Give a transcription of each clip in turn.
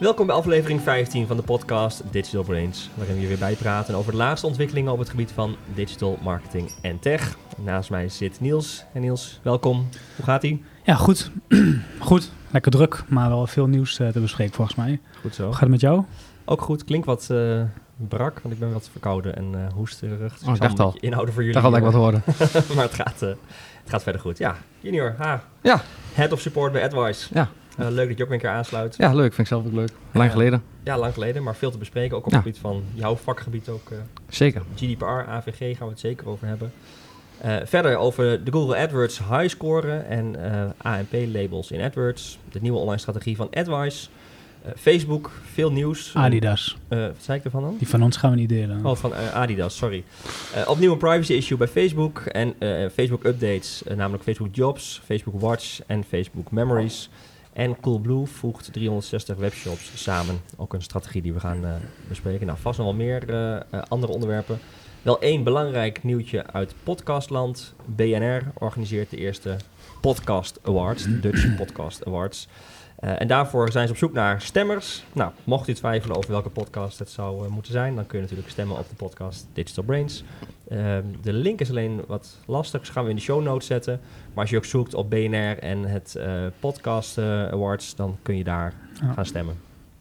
Welkom bij aflevering 15 van de podcast Digital Brains, waarin we je weer bijpraten over de laatste ontwikkelingen op het gebied van digital marketing en tech. Naast mij zit Niels. En Niels, welkom. Hoe gaat ie? Ja, goed. Goed. Lekker druk, maar wel veel nieuws te bespreken volgens mij. Goed zo. Hoe gaat het met jou? Ook goed. Klinkt wat brak, want ik ben wat verkouden en hoesterig. Dus ik dacht al. Inhouden voor jullie. Dacht al dat ik wat hoorde. Maar het gaat verder goed. Ja, Junior. Ja. Head of Support bij AdWise. Ja. Leuk dat je ook weer een keer aansluit. Ja, leuk. Vind ik zelf ook leuk. Lang geleden. Ja, lang geleden, maar veel te bespreken. Ook op het gebied van jouw vakgebied ook. Zeker. GDPR, AVG gaan we het zeker over hebben. Verder over de Google AdWords high scoren en ANP-labels in AdWords. De nieuwe online strategie van AdWise. Facebook, veel nieuws. Adidas. Wat zei ik ervan dan? Die van ons gaan we niet delen. Oh, van Adidas, sorry. Opnieuw een privacy issue bij Facebook. En Facebook updates, namelijk Facebook Jobs, Facebook Watch en Facebook Memories. En Coolblue voegt 360 webshops samen. Ook een strategie die we gaan bespreken. Nou, vast nog wel meer andere onderwerpen. Wel één belangrijk nieuwtje uit podcastland. BNR organiseert de eerste Podcast Awards, de Dutch Podcast Awards. En daarvoor zijn ze op zoek naar stemmers. Nou, mocht u twijfelen over welke podcast het zou moeten zijn, dan kun je natuurlijk stemmen op de podcast Digital Brains. De link is alleen wat lastig, dus gaan we in de show notes zetten. Maar als je ook zoekt op BNR en het Podcast Awards, dan kun je daar gaan stemmen.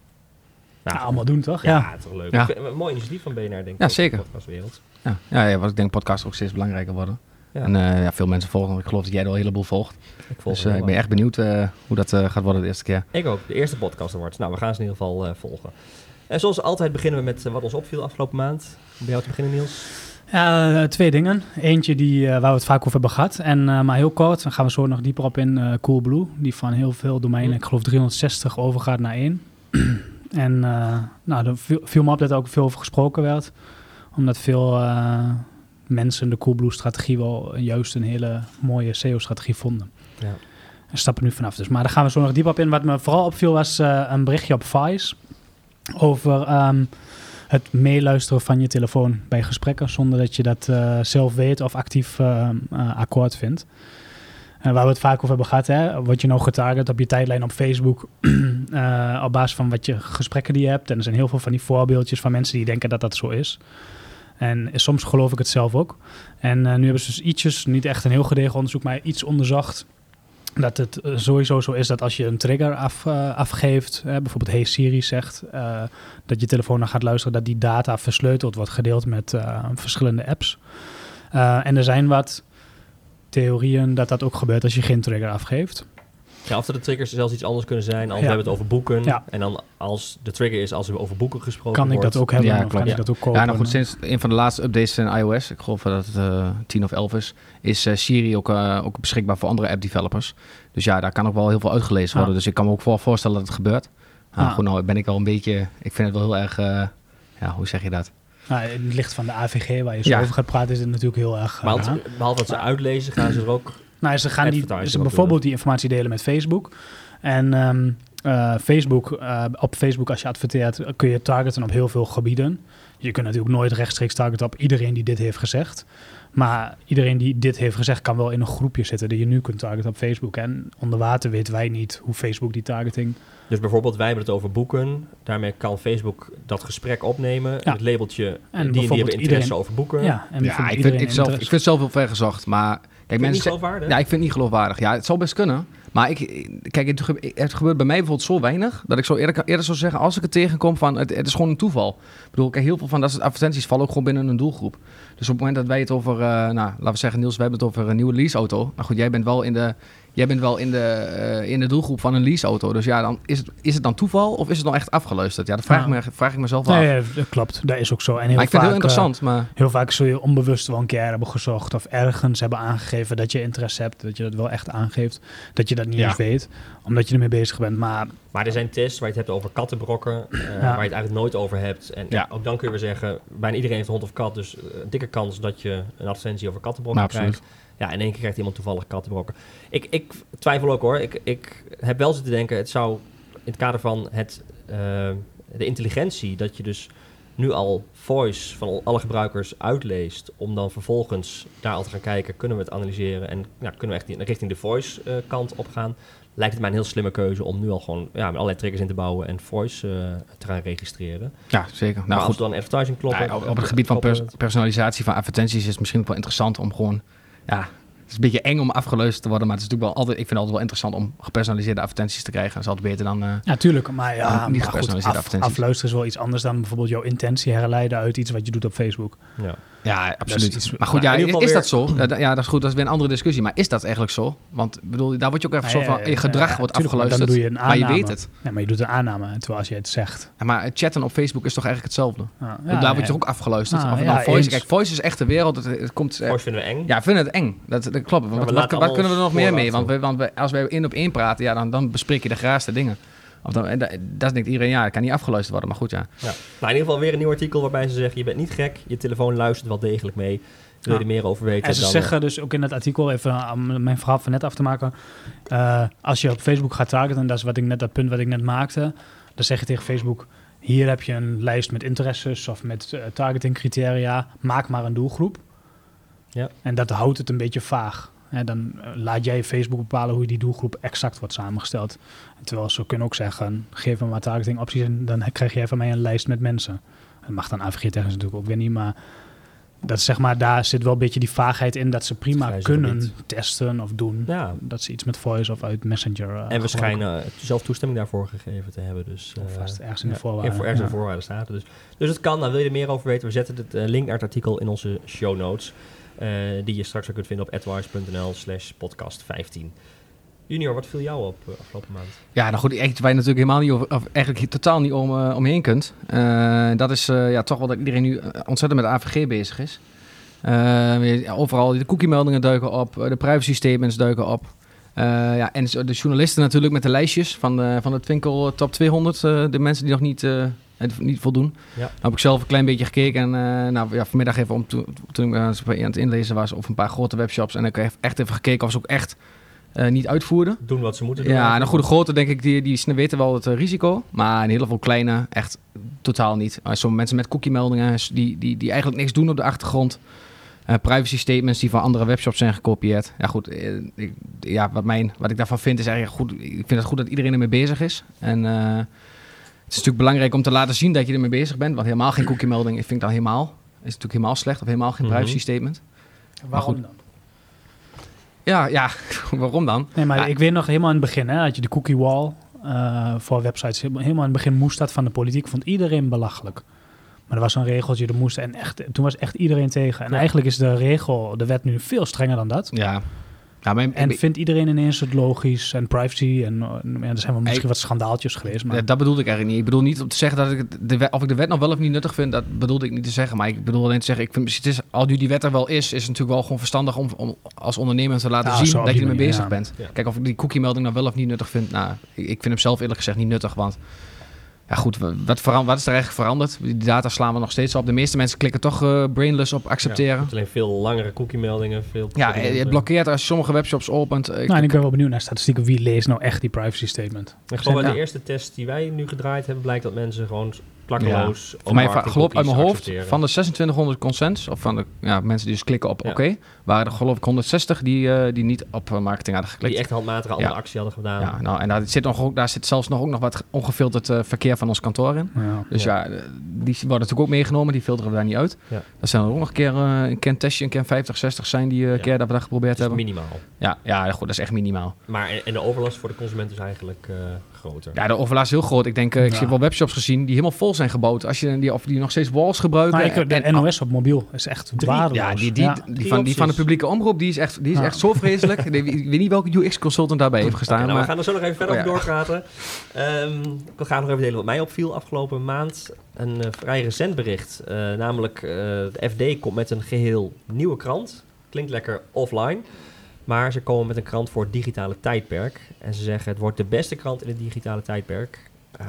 Nou, allemaal doen toch? Ja, toch leuk. Ja. Een mooi initiatief van BNR, denk ik. Ja, zeker. De podcastwereld. Ja, wat ik denk podcasts ook steeds belangrijker worden. Ja. En veel mensen volgen. Ik geloof dat jij er al een heleboel volgt. Ik volg Dus ik ben echt benieuwd hoe dat gaat worden de eerste keer. Ik ook, de eerste Podcast Awards. Nou, we gaan ze in ieder geval volgen. En zoals altijd beginnen we met wat ons opviel afgelopen maand. Bij jou te beginnen, Niels? Ja, twee dingen. Eentje waar we het vaak over hebben gehad. Maar heel kort, dan gaan we zo nog dieper op in Coolblue. Die van heel veel domeinen, ik geloof 360, overgaat naar 1. En er viel me op dat er ook veel over gesproken werd. Omdat veel mensen de Coolblue-strategie wel juist een hele mooie SEO-strategie vonden. Ja. En stappen nu vanaf dus. Maar daar gaan we zo nog dieper op in. Wat me vooral opviel was een berichtje op Vice over het meeluisteren van je telefoon bij gesprekken zonder dat je dat zelf weet of actief akkoord vindt. Waar we het vaak over hebben gehad, hè? Word je nou getarget op je tijdlijn op Facebook op basis van wat je gesprekken die je hebt. En er zijn heel veel van die voorbeeldjes van mensen die denken dat dat zo is. En soms geloof ik het zelf ook. En nu hebben ze dus ietsjes, niet echt een heel gedegen onderzoek, maar iets onderzocht. Dat het sowieso zo is dat als je een trigger afgeeft, bijvoorbeeld Hey Siri zegt, dat je telefoon dan gaat luisteren, dat die data versleuteld wordt gedeeld met verschillende apps. En er zijn wat theorieën dat dat ook gebeurt als je geen trigger afgeeft. Ja, of dat de triggers zelfs iets anders kunnen zijn. Als we hebben het over boeken. Ja. En dan als de trigger is als we over boeken gesproken Kan ik wordt. dat ook hebben? Ja, of klopt. kan ik dat ook kopen? Ja, nou goed, sinds een van de laatste updates in iOS, ik geloof dat het 10 of 11 is Siri ook beschikbaar voor andere app-developers. Dus ja, daar kan ook wel heel veel uitgelezen worden. Dus ik kan me ook voorstellen dat het gebeurt. Goed, nou ben ik al een beetje, ik vind het wel heel erg, hoe zeg je dat? Nou, in het licht van de AVG waar je zo over gaat praten is het natuurlijk heel erg... Behalve dat ze uitlezen, gaan ze er ook... Nou, ze gaan bijvoorbeeld die informatie delen met Facebook. En op Facebook, als je adverteert, kun je targeten op heel veel gebieden. Je kunt natuurlijk nooit rechtstreeks targeten op iedereen die dit heeft gezegd. Maar iedereen die dit heeft gezegd kan wel in een groepje zitten die je nu kunt targeten op Facebook. En onder water weten wij niet hoe Facebook die targeting... Dus bijvoorbeeld, wij hebben het over boeken. Daarmee kan Facebook dat gesprek opnemen. Ja. Het labeltje, en die hebben interesse over boeken. Ja, en ik vind het zelf heel ver gezocht, maar... Kijk, Vind je het niet geloofwaardig? Ja, ik vind het niet geloofwaardig. Ja, het zou best kunnen. Maar het gebeurt bij mij bijvoorbeeld zo weinig, dat ik zo eerder zou zeggen, als ik het tegenkom van, het is gewoon een toeval. Ik bedoel, kijk, heel veel van dat soort advertenties vallen ook gewoon binnen een doelgroep. Dus op het moment dat wij het over, laten we zeggen, Niels, wij hebben het over een nieuwe leaseauto. Nou goed, jij bent wel in de doelgroep van een leaseauto. Dus ja, dan is het dan toeval of is het dan echt afgeluisterd? Ja, dat vraag ik mezelf af. Nee, dat klopt. Dat is ook zo. En maar ik vind het heel interessant. Heel vaak zul je onbewust wel een keer hebben gezocht of ergens hebben aangegeven dat je interesse hebt. Dat je dat wel echt aangeeft. Dat je dat niet eens weet, omdat je ermee bezig bent. Maar er zijn tests waar je het hebt over kattenbrokken, waar je het eigenlijk nooit over hebt. En ook dan kun je weer zeggen, bijna iedereen heeft een hond of kat, dus een dikke kans dat je een advertentie over kattenbrokken krijgt. Ja, in één keer krijgt iemand toevallig kattenbrokken. Ik twijfel ook hoor. Ik heb wel zitten denken, het zou in het kader van de intelligentie, dat je dus nu al voice van alle gebruikers uitleest, om dan vervolgens daar al te gaan kijken, kunnen we het analyseren en kunnen we echt richting de voice kant op gaan, lijkt het mij een heel slimme keuze om nu al gewoon met allerlei triggers in te bouwen en voice te gaan registreren. Ja, zeker. Maar als we dan advertising kloppen... Ja, op het gebied van personalisatie van advertenties is het misschien ook wel interessant om gewoon... Ja, het is een beetje eng om afgeluisterd te worden, maar het is natuurlijk wel altijd... Ik vind het altijd wel interessant om gepersonaliseerde advertenties te krijgen. Dat is altijd beter dan... Ja, tuurlijk. Maar niet gepersonaliseerde advertenties. Afluisteren is wel iets anders dan bijvoorbeeld jouw intentie herleiden uit iets wat je doet op Facebook. Ja, absoluut. Maar goed, is dat zo? Ja, dat is goed. Dat is weer een andere discussie. Maar is dat eigenlijk zo? Want bedoel, daar word je ook even zo van... Je gedrag wordt afgeluisterd, dan doe je een aanname. Maar je weet het. Ja, maar je doet een aanname, terwijl als je het zegt. Ja, maar chatten op Facebook is toch eigenlijk hetzelfde? Daar word je ook afgeluisterd. Voice. Kijk, voice is echt de wereld. Het komt, voice vinden we eng. Ja, vinden het eng. Dat klopt. Wat kunnen we er nog meer mee? Want als wij 1-op-1 praten, ja, dan bespreek je de graagste dingen. Dat denkt iedereen, dat kan niet afgeluisterd worden, maar goed, ja. Nou, in ieder geval weer een nieuw artikel waarbij ze zeggen, je bent niet gek, je telefoon luistert wel degelijk mee. Wil je er meer over weten? En ze zeggen dus ook in het artikel, even om mijn verhaal van net af te maken, als je op Facebook gaat targeten, en dat is dat punt wat ik net maakte, dan zeg je tegen Facebook, hier heb je een lijst met interesses of met targeting criteria, maak maar een doelgroep. Ja. En dat houdt het een beetje vaag. Dan laat jij Facebook bepalen hoe die doelgroep exact wordt samengesteld. Terwijl ze kunnen ook zeggen, geef me maar targeting opties en dan krijg jij van mij een lijst met mensen. Dat mag dan AVG technisch natuurlijk ook weer niet, maar dat zeg maar, daar zit wel een beetje die vaagheid in dat ze prima kunnen testen of doen. Ja. Dat ze iets met voice of uit Messenger en we schijnen zelf toestemming daarvoor gegeven te hebben. Dus, vast ergens in de voorwaarden. Ergens in de voorwaarden staat. Dus het kan. Nou, wil je er meer over weten? We zetten de link naar het artikel in onze show notes. Die je straks ook kunt vinden op adwise.nl/podcast15. Junior, wat viel jou op afgelopen maand? Ja, nou goed, echt waar je natuurlijk helemaal niet over, of eigenlijk totaal niet omheen kunt. Dat is toch wel dat iedereen nu ontzettend met AVG bezig is. Overal de cookie-meldingen duiken op, de privacy statements duiken op. En de journalisten natuurlijk met de lijstjes van de Twinkel Top 200, de mensen die nog niet voldoen. Ja. Nou heb ik zelf een klein beetje gekeken en vanmiddag even toen ik aan het inlezen was over een paar grote webshops en ik heb echt even gekeken of ze ook echt niet uitvoerden. Doen wat ze moeten doen. Ja, een goede grote denk ik, die weten wel het risico, maar een heel veel kleine echt totaal niet. Sommige mensen met cookie-meldingen die eigenlijk niks doen op de achtergrond. Privacy statements die van andere webshops zijn gekopieerd. Ja goed, wat ik daarvan vind is eigenlijk goed. Ik vind het goed dat iedereen ermee bezig is. En het is natuurlijk belangrijk om te laten zien dat je ermee bezig bent. Want helemaal geen cookie-melding vind ik dan is natuurlijk helemaal slecht. Of helemaal geen privacy statement. Waarom dan? Ja, waarom dan? Nee, maar ik weet nog helemaal in het begin, had je de cookie wall voor websites. Helemaal in het begin moest dat van de politiek. Vond iedereen belachelijk. Maar er was een regeltje, toen was echt iedereen tegen. En eigenlijk is de wet nu veel strenger dan dat. Ja. Vindt iedereen ineens het logisch en privacy. En er zijn wel misschien wat schandaaltjes geweest. Maar... Ja, dat bedoelde ik eigenlijk niet. Ik bedoel niet om te zeggen dat of ik de wet nog wel of niet nuttig vind. Dat bedoelde ik niet te zeggen. Maar ik bedoel alleen te zeggen, ik vind, al nu die wet er wel is het natuurlijk wel gewoon verstandig om als ondernemer te laten zien dat je ermee bezig bent. Ja. Kijk, of ik die cookie-melding nou wel of niet nuttig vind. Nou, ik vind hem zelf eerlijk gezegd niet nuttig, want... Ja goed, wat is er eigenlijk veranderd? Die data slaan we nog steeds op. De meeste mensen klikken toch brainless op accepteren. Ja, alleen veel langere cookie-meldingen. Het blokkeert als je sommige webshops opent. Ik ben wel benieuwd naar statistieken. Wie leest nou echt die privacy statement? En gewoon bij de eerste test die wij nu gedraaid hebben, blijkt dat mensen gewoon klakkeloos... Voor mij geloof uit mijn hoofd, van de 2600 consents, of van de mensen die dus klikken op oké, waren er geloof ik 160 die niet op marketing hadden geklikt. Die echt handmatige andere actie hadden gedaan. Ja, nou, en daar zit zelfs nog ook nog wat ongefilterd verkeer van ons kantoor in. Ja. Dus die worden natuurlijk ook meegenomen, die filteren we daar niet uit. Ja. Dat zijn er ook nog een keer een testje, een keer 50, 60 zijn die keer dat we dat geprobeerd hebben. Dat is minimaal. Ja, goed, dat is echt minimaal. Maar en de overlast voor de consument is eigenlijk groter. Ja, de overlast is heel groot. Ik denk, ik heb wel webshops gezien die helemaal vol zijn gebouwd. Als je die nog steeds walls gebruiken. De NOS op mobiel is echt waardeloos. Ja, die van de publieke omroep, die is echt zo vreselijk. Ik weet niet welke UX-consultant daarbij heeft gestaan. We gaan er zo nog even verder over doorpraten. Ik ga nog even delen wat mij opviel afgelopen maand. Een vrij recent bericht. Namelijk, de FD komt met een geheel nieuwe krant. Klinkt lekker offline. Maar ze komen met een krant voor het digitale tijdperk. En ze zeggen, het wordt de beste krant in het digitale tijdperk.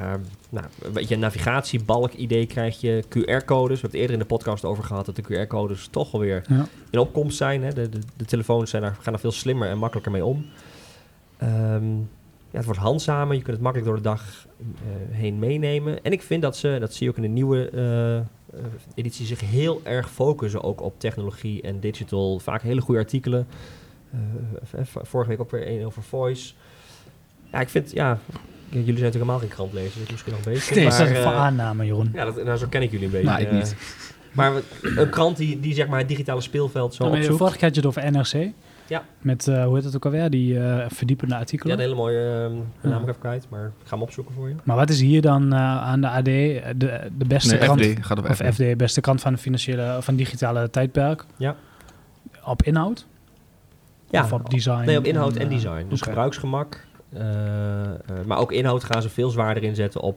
Een beetje een navigatiebalk-idee krijg je. QR-codes. We hebben het eerder in de podcast over gehad dat de QR-codes toch alweer in opkomst zijn. Hè. De telefoons gaan er veel slimmer en makkelijker mee om. het wordt handzamer. Je kunt het makkelijk door de dag heen meenemen. En ik vind dat zie je ook in de nieuwe editie, zich heel erg focussen ook op technologie en digital. Vaak hele goede artikelen. Vorige week ook weer een over voice. Ja, ik vind, jullie zijn natuurlijk helemaal geen krantlezers, dus misschien nog bezig. Nee, is dat voor aanname, Jeroen? Ja, zo ken ik jullie een beetje. Nou, ik niet. Maar een krant die zeg maar het digitale speelveld zo opzoekt. Vorige keer had je het over NRC. Ja. Met, hoe heet het ook alweer, die verdiepende artikelen. Ja, een hele mooie naam ik even kwijt, maar ik ga hem opzoeken voor je. Maar wat is hier dan aan de AD de beste krant? FD gaat over FD, beste krant van van digitale tijdperk? Ja. Op inhoud? Ja. Of op design? Nee, op inhoud en design. Dus gebruiksgemak. Maar ook inhoud gaan ze veel zwaarder inzetten op...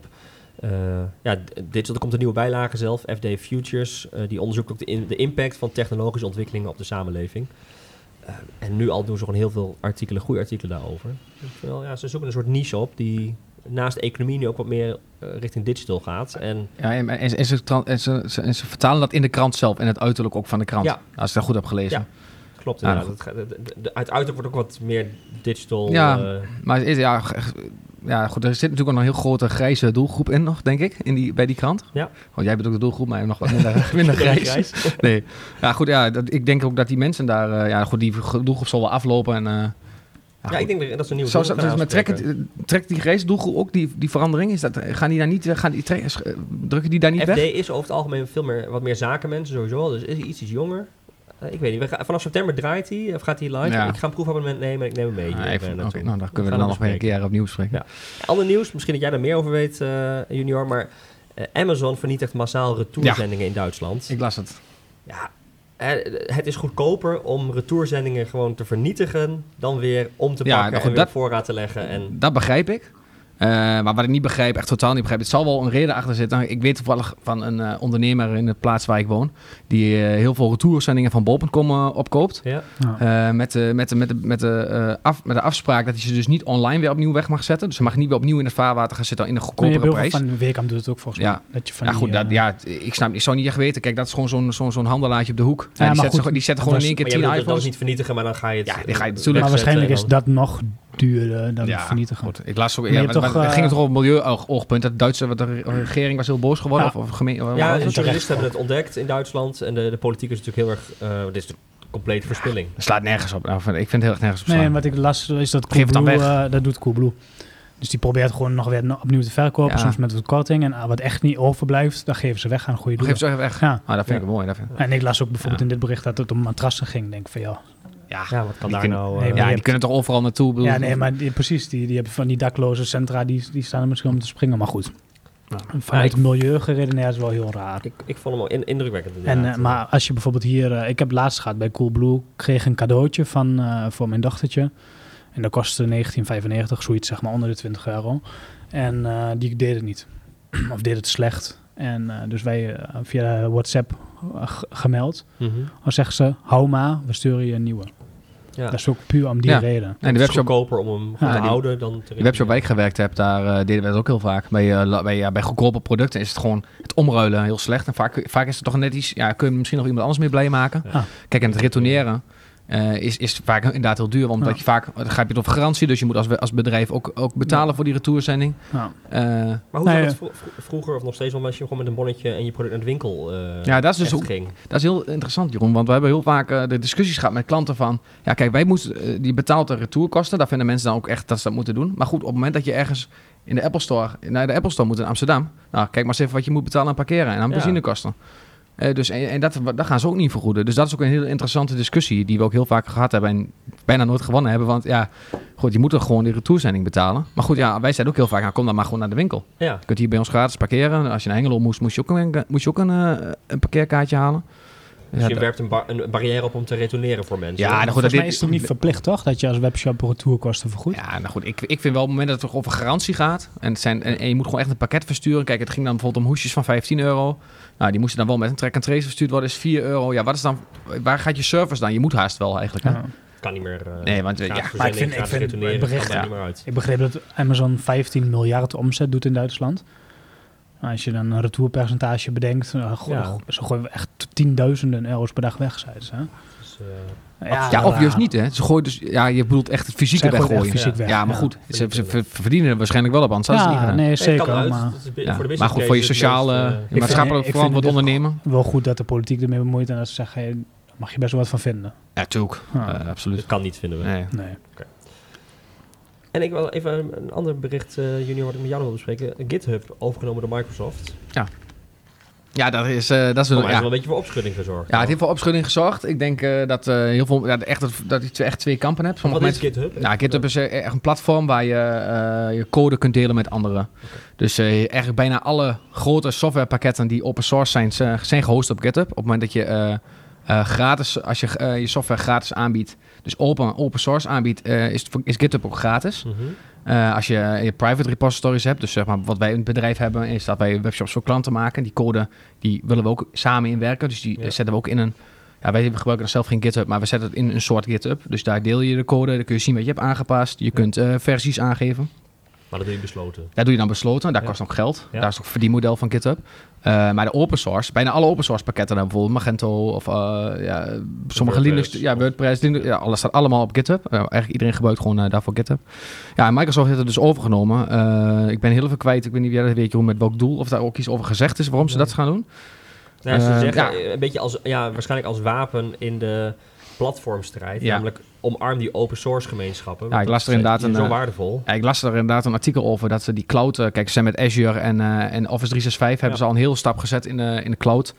er komt een nieuwe bijlage zelf, FD Futures. Die onderzoekt ook de impact van technologische ontwikkelingen op de samenleving. En nu al doen ze gewoon heel veel goede artikelen daarover. Dus ze zoeken een soort niche op die naast de economie nu ook wat meer richting digital gaat. En ze vertalen dat in de krant zelf en het uiterlijk ook van de krant. Ja. Als ik dat goed heb gelezen. Ja. Klopt, inderdaad. Het uiterlijk wordt ook wat meer digital. Maar goed, er zit natuurlijk ook nog een heel grote grijze doelgroep in nog, denk ik, bij die krant. Ja. Want jij bent ook de doelgroep, maar nog wat minder grijs. Nee. Ja, goed, ik denk ook dat die mensen daar... die doelgroep zal wel aflopen en... ik denk dat ze een nieuwe trekt die grijze doelgroep ook die verandering? Gaan die daar niet... drukken die daar niet FD weg? is over het algemeen wat meer zakenmensen sowieso. Dus is iets jonger. Ik weet niet, vanaf september draait hij of gaat hij live. Ja. Ik ga een proefabonnement nemen en ik neem hem mee. Dan kunnen we dan nog weer een keer opnieuw spreken. Ja. Ander nieuws, misschien dat jij er meer over weet, junior, maar Amazon vernietigt massaal retourzendingen in Duitsland. Ik las het. Ja, het is goedkoper om retourzendingen gewoon te vernietigen dan weer om te pakken en weer op voorraad te leggen. Dat begrijp ik. Maar wat ik niet begrijp, echt totaal niet begrijp, het zal wel een reden achter zitten. Ik weet toevallig van een ondernemer in de plaats waar ik woon, die heel veel retourzendingen van bol.com opkoopt. Ja. Met de afspraak dat hij ze dus niet online weer opnieuw weg mag zetten. Dus ze mag niet weer opnieuw in het vaarwater gaan zitten in een goedkopere prijs. Van Weekamp doet het ook volgens mij. Ik zou niet echt weten. Kijk, dat is gewoon zo'n handelaartje op de hoek. Die zetten gewoon in één keer 10 iPhones. Dat is niet vernietigen, maar dan ga je het... Maar waarschijnlijk is dat nog duurder dan vernietigen. Goed. Ik las ook... Het ging toch over milieu-oogpunt. De Duitse regering was heel boos geworden. De journalisten hebben het ontdekt in Duitsland. En de politiek is natuurlijk heel erg... dit is de complete verspilling. Het slaat nergens op. Ik vind het heel erg nergens op slaan. Nee, wat ik las is dat Coolblue, dat doet Coolblue. Dus die probeert gewoon nog weer opnieuw te verkopen. Soms met wat korting. En wat echt niet overblijft, dan geven ze weg aan goede doelen. Geven ze weg? Ja. Dat vind ik mooi. En ik las ook bijvoorbeeld in dit bericht dat het om matrassen ging. Denk van wat kan daar nou... die kunnen toch overal naartoe? Maar precies. Die hebben van die dakloze centra, die staan er misschien om te springen. Maar goed. Vanuit het milieu geredeneerd is wel heel raar. Ik vond hem wel indrukwekkend. Maar als je bijvoorbeeld hier... ik heb laatst gehad bij Coolblue. Kreeg een cadeautje voor mijn dochtertje. En dat kostte €19,95, zoiets zeg maar onder de €20. En die deed het niet. Of deed het slecht. En dus wij via WhatsApp gemeld. Dan zeggen ze, hou maar, we sturen je een nieuwe. Ja. Dat is ook puur om die reden. En de webshop goedkoper om hem te houden dan te... De webshop waar ik gewerkt heb, daar deden we het ook heel vaak. Bij goedkope producten is het gewoon het omruilen heel slecht. En vaak is het toch net iets... Ja, kun je misschien nog iemand anders mee blij maken. Ja. Kijk, en het retourneren is vaak inderdaad heel duur. Omdat je vaak... Dan ga je het over garantie. Dus je moet als bedrijf ook betalen voor die retourzending. Ja. Maar hoe zat het vroeger of nog steeds? Want als je gewoon met een bonnetje en je product naar de winkel dat is dus ging. Dat is heel interessant, Jeroen. Want we hebben heel vaak de discussies gehad met klanten van... Ja, kijk, wij moeten... die betaalt de retourkosten. Daar vinden mensen dan ook echt dat ze dat moeten doen. Maar goed, op het moment dat je ergens in de Apple Store... naar de Apple Store moet in Amsterdam... Nou, kijk maar eens even wat je moet betalen aan parkeren en aan benzinekosten. Dus dat gaan ze ook niet vergoeden. Dus dat is ook een heel interessante discussie die we ook heel vaak gehad hebben en bijna nooit gewonnen hebben. Want goed, je moet er gewoon die retourzending betalen. Maar goed, wij zeiden ook heel vaak, kom dan maar gewoon naar de winkel. Ja. Je kunt hier bij ons gratis parkeren. Als je naar Hengelo moest je ook een parkeerkaartje halen. Dus je werpt een barrière op om te retourneren voor mensen. Ja, nou goed, volgens mij is het niet verplicht, toch? Dat je als webshop retourkosten vergoedt. Ja, nou goed. Ik vind wel op het moment dat het toch over garantie gaat... En je moet gewoon echt een pakket versturen. Kijk, het ging dan bijvoorbeeld om hoesjes van €15. Nou, die moesten dan wel met een track and trace verstuurd worden. Is €4. Ja, wat is dan... Waar gaat je service dan? Je moet haast wel eigenlijk, hè? Kan niet meer... nee, want... maar ik vind het bericht... Ik begreep dat Amazon 15 miljard omzet doet in Duitsland. Als je dan een retourpercentage bedenkt, zo gooien we echt tienduizenden euro's per dag weg, zeiden ze. Hè? Dus, of juist niet, hè. Ze gooien dus, je bedoelt echt het fysieke weggooien. Ja, maar goed, ze verdienen er waarschijnlijk wel op, anders hadden ze het niet gedaan. Nee, zeker. Maar goed, voor je sociale, maatschappelijk verantwoord ondernemen. Wel goed dat de politiek ermee bemoeit en dat ze zeggen, daar mag je best wel wat van vinden. Ja, natuurlijk. Absoluut. Dat kan niet, vinden we. Nee. Okay. En ik wil even een ander bericht, junior, wat ik met jou wil bespreken. GitHub, overgenomen door Microsoft. Ja, dat is wel een beetje voor opschudding gezorgd. Ja, het heeft voor opschudding gezorgd. Ik denk dat heel veel, dat je echt twee kampen hebt. Wat is GitHub? Nou, GitHub is echt een platform waar je code kunt delen met anderen. Okay. Dus eigenlijk bijna alle grote softwarepakketten die open source zijn gehost op GitHub. Op het moment dat je gratis, als je je software gratis aanbiedt, dus open source aanbiedt, is GitHub ook gratis. Mm-hmm. Als je private repositories hebt, dus zeg maar wat wij in het bedrijf hebben, is dat wij webshops voor klanten maken. Die code, die willen we ook samen inwerken. Dus die zetten we ook in een... Ja, wij gebruiken er zelf geen GitHub, maar we zetten het in een soort GitHub. Dus daar deel je de code, dan kun je zien wat je hebt aangepast. Je kunt versies aangeven. Maar dat doe je besloten? Dat doe je dan besloten. Dat kost nog geld. Ja. Daar is ook het verdienmodel van GitHub. Maar de open source, bijna alle open source pakketten, bijvoorbeeld Magento of sommige Linux, WordPress, Linux, alles staat allemaal op GitHub. Eigenlijk iedereen gebruikt gewoon daarvoor GitHub. Ja, Microsoft heeft het dus overgenomen. Ik ben heel even kwijt. Ik weet niet wie dat weet, met welk doel, of daar ook iets over gezegd is waarom ze dat gaan doen. Nou, ze zeggen een beetje als, waarschijnlijk als wapen in de platformstrijd, namelijk omarm die open source gemeenschappen. Ja, ik las er inderdaad zo waardevol. Ja, ik las er inderdaad een artikel over dat ze die cloud, kijk, ze zijn met Azure en Office 365 hebben ze al een heel stap gezet in de cloud.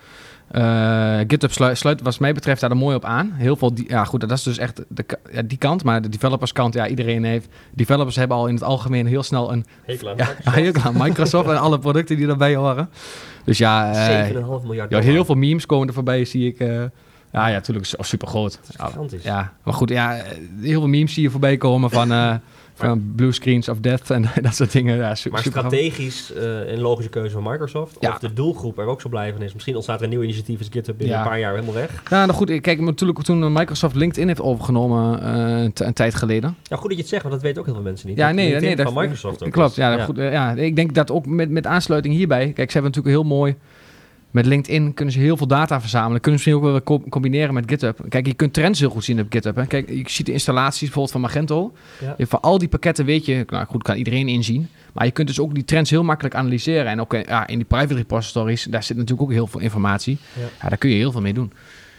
GitHub sluit wat mij betreft daar er mooi op aan. Heel veel, dat is dus echt die kant, maar de developerskant, developers hebben al in het algemeen heel snel een hekel aan Microsoft en alle producten die daarbij horen. Dus 7,5 miljard dollar. Heel veel memes komen er voorbij, zie ik. Ja, natuurlijk super groot. Gigantisch. Ja, maar goed, heel veel memes zie je voorbij komen van blue screens of death en dat soort dingen. Ja, maar strategisch een logische keuze van Microsoft. Of de doelgroep er ook zo blijven is. Misschien ontstaat er een nieuw initiatief als GitHub binnen een paar jaar helemaal weg. Ja, nou goed, kijk, natuurlijk toen Microsoft LinkedIn heeft overgenomen een tijd geleden. Ja, goed dat je het zegt, want dat weten ook heel veel mensen niet. Ja, nee, dat van Microsoft ook. Klopt, goed, ik denk dat ook met aansluiting hierbij, kijk, ze hebben natuurlijk heel mooi. Met LinkedIn kunnen ze heel veel data verzamelen. Kunnen ze misschien ook wel combineren met GitHub. Kijk, je kunt trends heel goed zien op GitHub. Hè. Kijk, je ziet de installaties bijvoorbeeld van Magento. Ja. Van al die pakketten weet je, nou goed, kan iedereen inzien. Maar je kunt dus ook die trends heel makkelijk analyseren. En ook in die private repositories, daar zit natuurlijk ook heel veel informatie. Ja, daar kun je heel veel mee doen.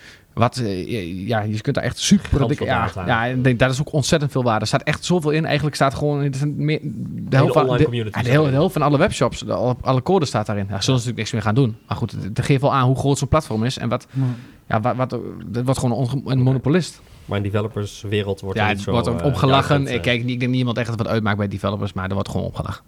Je kunt daar echt super dikke... ik denk dat is ook ontzettend veel waarde. Er staat echt zoveel in. Eigenlijk staat gewoon de helft van alle webshops, alle code staat daarin. Ja, zullen ze natuurlijk niks meer gaan doen. Maar goed, dat geeft wel aan hoe groot zo'n platform is. En dat wordt gewoon een monopolist. Maar in developerswereld wordt er niet zo... wordt opgelachen. Ik denk niet iemand echt wat uitmaakt bij developers, maar er wordt gewoon opgelachen.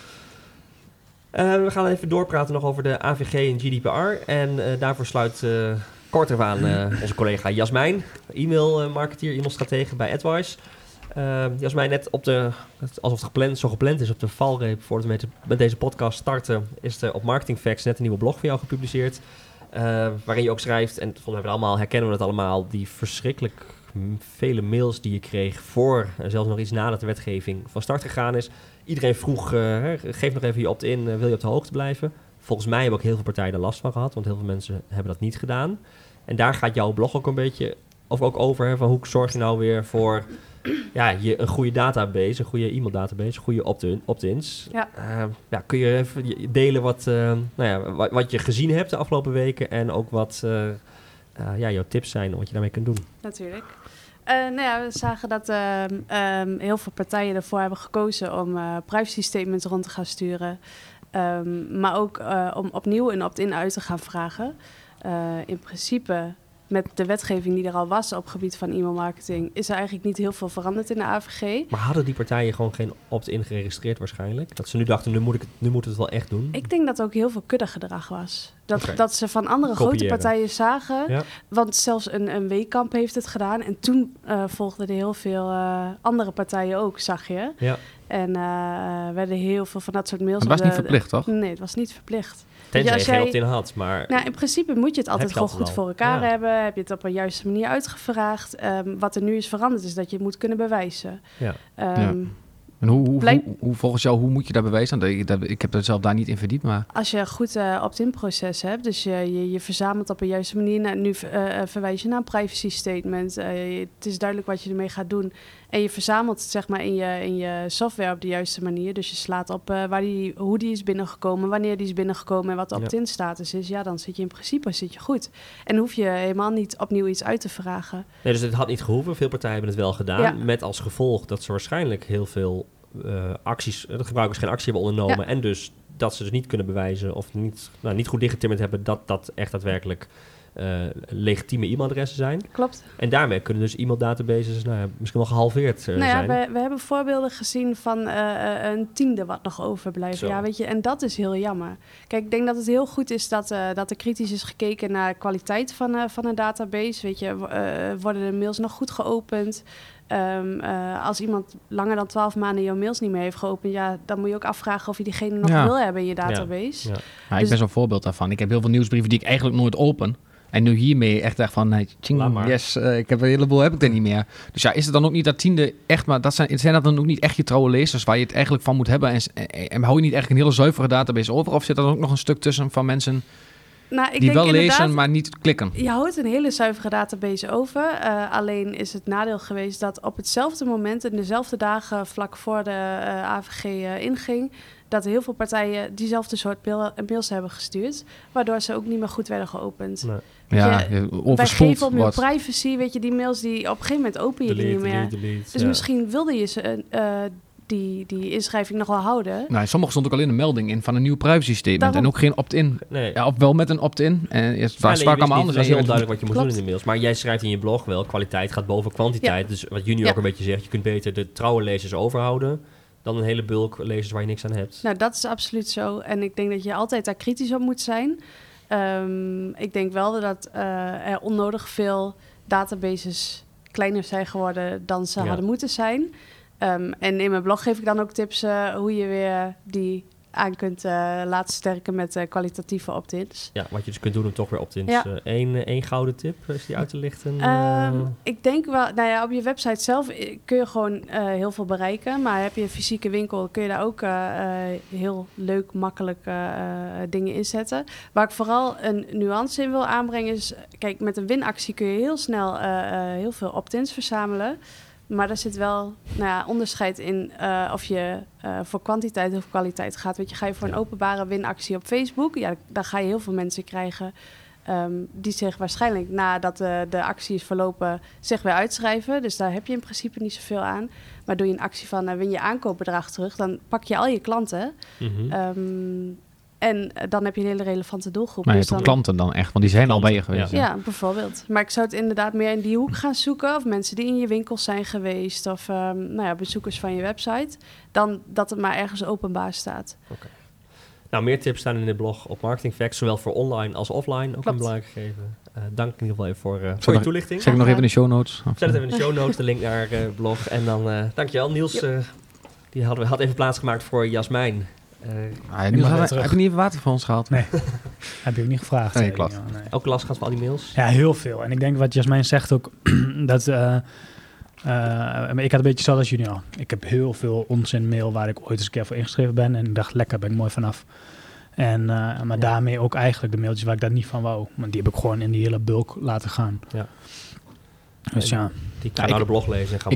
We gaan even doorpraten nog over de AVG en GDPR. En daarvoor sluit... kort even aan onze collega Jasmijn, e-mailmarketeer, e-mailstratege bij AdWise. Jasmijn, net alsof het gepland is op de valreep voordat we met deze podcast starten, is er op Marketing Facts net een nieuwe blog voor jou gepubliceerd. Waarin je ook schrijft, en herkennen we het allemaal, die verschrikkelijk vele mails die je kreeg voor, zelfs nog iets nadat de wetgeving van start gegaan is. Iedereen vroeg, geef nog even je opt-in, wil je op de hoogte blijven? Volgens mij hebben ook heel veel partijen er last van gehad, want heel veel mensen hebben dat niet gedaan. En daar gaat jouw blog ook een beetje over, van hoe zorg je nou weer voor een goede database, een goede e-maildatabase, goede opt-ins. Ja. Kun je even delen wat je gezien hebt de afgelopen weken en ook wat jouw tips zijn wat je daarmee kunt doen? Natuurlijk. We zagen dat heel veel partijen ervoor hebben gekozen om privacy statements rond te gaan sturen. Maar ook om opnieuw een opt-in uit te gaan vragen. In principe, met de wetgeving die er al was op het gebied van e-mailmarketing, is er eigenlijk niet heel veel veranderd in de AVG. Maar hadden die partijen gewoon geen opt-in geregistreerd waarschijnlijk? Dat ze nu dachten, nu moet het wel echt doen? Ik denk dat ook heel veel kuddegedrag was. Dat ze van andere grote partijen zagen. Ja. Want zelfs een Weekamp heeft het gedaan. En toen volgden er heel veel andere partijen ook, zag je. Ja. En werden heel veel van dat soort mails... Het was niet verplicht, toch? Nee, het was niet verplicht. Tenzij je geen opt-in had, maar... Nou, in principe moet je het altijd gewoon goed voor elkaar hebben. Heb je het op een juiste manier uitgevraagd. Wat er nu is veranderd is dat je het moet kunnen bewijzen. Ja. En hoe volgens jou, hoe moet je dat bewijzen? Ik heb er zelf daar niet in verdiept, maar... Als je een goed opt-in proces hebt, dus je verzamelt op een juiste manier. Nu verwijs je naar een privacy statement. Het is duidelijk wat je ermee gaat doen. En je verzamelt het zeg maar in je software op de juiste manier. Dus je slaat op hoe die is binnengekomen, wanneer die is binnengekomen en wat de opt-in status is. Ja, dan zit je in principe goed. En hoef je helemaal niet opnieuw iets uit te vragen. Nee, dus het had niet gehoeven. Veel partijen hebben het wel gedaan. Ja. Met als gevolg dat ze waarschijnlijk heel veel acties, de gebruikers geen actie hebben ondernomen. Ja. En dus dat ze dus niet kunnen bewijzen of niet goed dichtgetimmerd hebben dat echt daadwerkelijk legitieme e-mailadressen zijn. Klopt. En daarmee kunnen dus e-maildatabases misschien wel gehalveerd zijn. We hebben voorbeelden gezien van een tiende wat nog overblijft. Ja, weet je, en dat is heel jammer. Kijk, ik denk dat het heel goed is dat er kritisch is gekeken naar de kwaliteit van een database. Weet je, worden de mails nog goed geopend? Als iemand langer dan 12 maanden jouw mails niet meer heeft geopend, dan moet je ook afvragen of je diegene nog wil hebben in je database. Ja. Dus ik ben zo'n voorbeeld daarvan. Ik heb heel veel nieuwsbrieven die ik eigenlijk nooit open. En nu hiermee echt van, yes, ik heb een heleboel, heb ik er niet meer. Dus ja, is het dan ook niet dat tiende echt, maar zijn dat dan ook niet echt je trouwe lezers waar je het eigenlijk van moet hebben? En hou je niet echt een hele zuivere database over? Of zit er dan ook nog een stuk tussen van mensen die wel lezen, maar niet klikken? Je houdt een hele zuivere database over. Alleen is het nadeel geweest dat op hetzelfde moment, in dezelfde dagen vlak voor de AVG inging, dat heel veel partijen diezelfde soort mails hebben gestuurd, waardoor ze ook niet meer goed werden geopend. Nee. Wij geven op meer privacy, weet je, die mails die op een gegeven moment open je die niet meer. Dus misschien wilde je ze die inschrijving nog wel houden. Nou, sommige stond ook alleen een melding in van een nieuw privacy statement en ook geen opt-in. Nee. Ja, of wel met een opt-in. En het was vaak allemaal anders. Dat is heel duidelijk wat je moet doen in de mails. Maar jij schrijft in je blog wel, kwaliteit gaat boven kwantiteit. Ja. Dus wat Junior ook een beetje zegt, je kunt beter de trouwe lezers overhouden dan een hele bulk lezers waar je niks aan hebt. Nou, dat is absoluut zo. En ik denk dat je altijd daar kritisch op moet zijn. Ik denk wel dat er onnodig veel databases kleiner zijn geworden dan ze hadden moeten zijn. En in mijn blog geef ik dan ook tips hoe je weer die aan kunt laten sterken met kwalitatieve opt-ins. Ja, wat je dus kunt doen om toch weer opt-ins. Ja. Eén gouden tip, is die uit te lichten? Ik denk wel, op je website zelf kun je gewoon heel veel bereiken. Maar heb je een fysieke winkel, kun je daar ook heel leuk, makkelijk dingen inzetten. Waar ik vooral een nuance in wil aanbrengen is, kijk, met een winactie kun je heel snel heel veel opt-ins verzamelen. Maar daar zit wel onderscheid in of je voor kwantiteit of kwaliteit gaat. Weet je, ga je voor een openbare winactie op Facebook, dan ga je heel veel mensen krijgen die zich waarschijnlijk nadat de actie is verlopen zich weer uitschrijven. Dus daar heb je in principe niet zoveel aan. Maar doe je een actie van win je aankoopbedrag terug, dan pak je al je klanten. Mm-hmm. En dan heb je een hele relevante doelgroep. Maar je hebt ook klanten dan echt, want die zijn al bij je geweest. Ja, bijvoorbeeld. Maar ik zou het inderdaad meer in die hoek gaan zoeken. Of mensen die in je winkels zijn geweest. Of bezoekers van je website. Dan dat het maar ergens openbaar staat. Okay. Nou, meer tips staan in de blog op Marketing Facts. Zowel voor online als offline. Ook een belangrijk gegeven. Dank in ieder geval even voor je toelichting. Zeg ik nog even in de show notes. Zet het even in de show notes, de link naar blog. En dan dankjewel Niels. Die had even plaatsgemaakt voor Jasmijn. Heb je niet even water voor ons gehad? Nee, heb je ook niet gevraagd. Nee, klopt. Nee. Ook last gehad van al die mails? Ja, heel veel. En ik denk wat Jasmijn zegt ook, dat ik had een beetje hetzelfde als Junior. Ik heb heel veel onzin mail waar ik ooit eens een keer voor ingeschreven ben. En ik dacht, lekker, ben ik mooi vanaf. Maar daarmee ook eigenlijk de mailtjes waar ik daar niet van wou. Want die heb ik gewoon in die hele bulk laten gaan. Ja. Dus die kan nou de blog lezen en gaan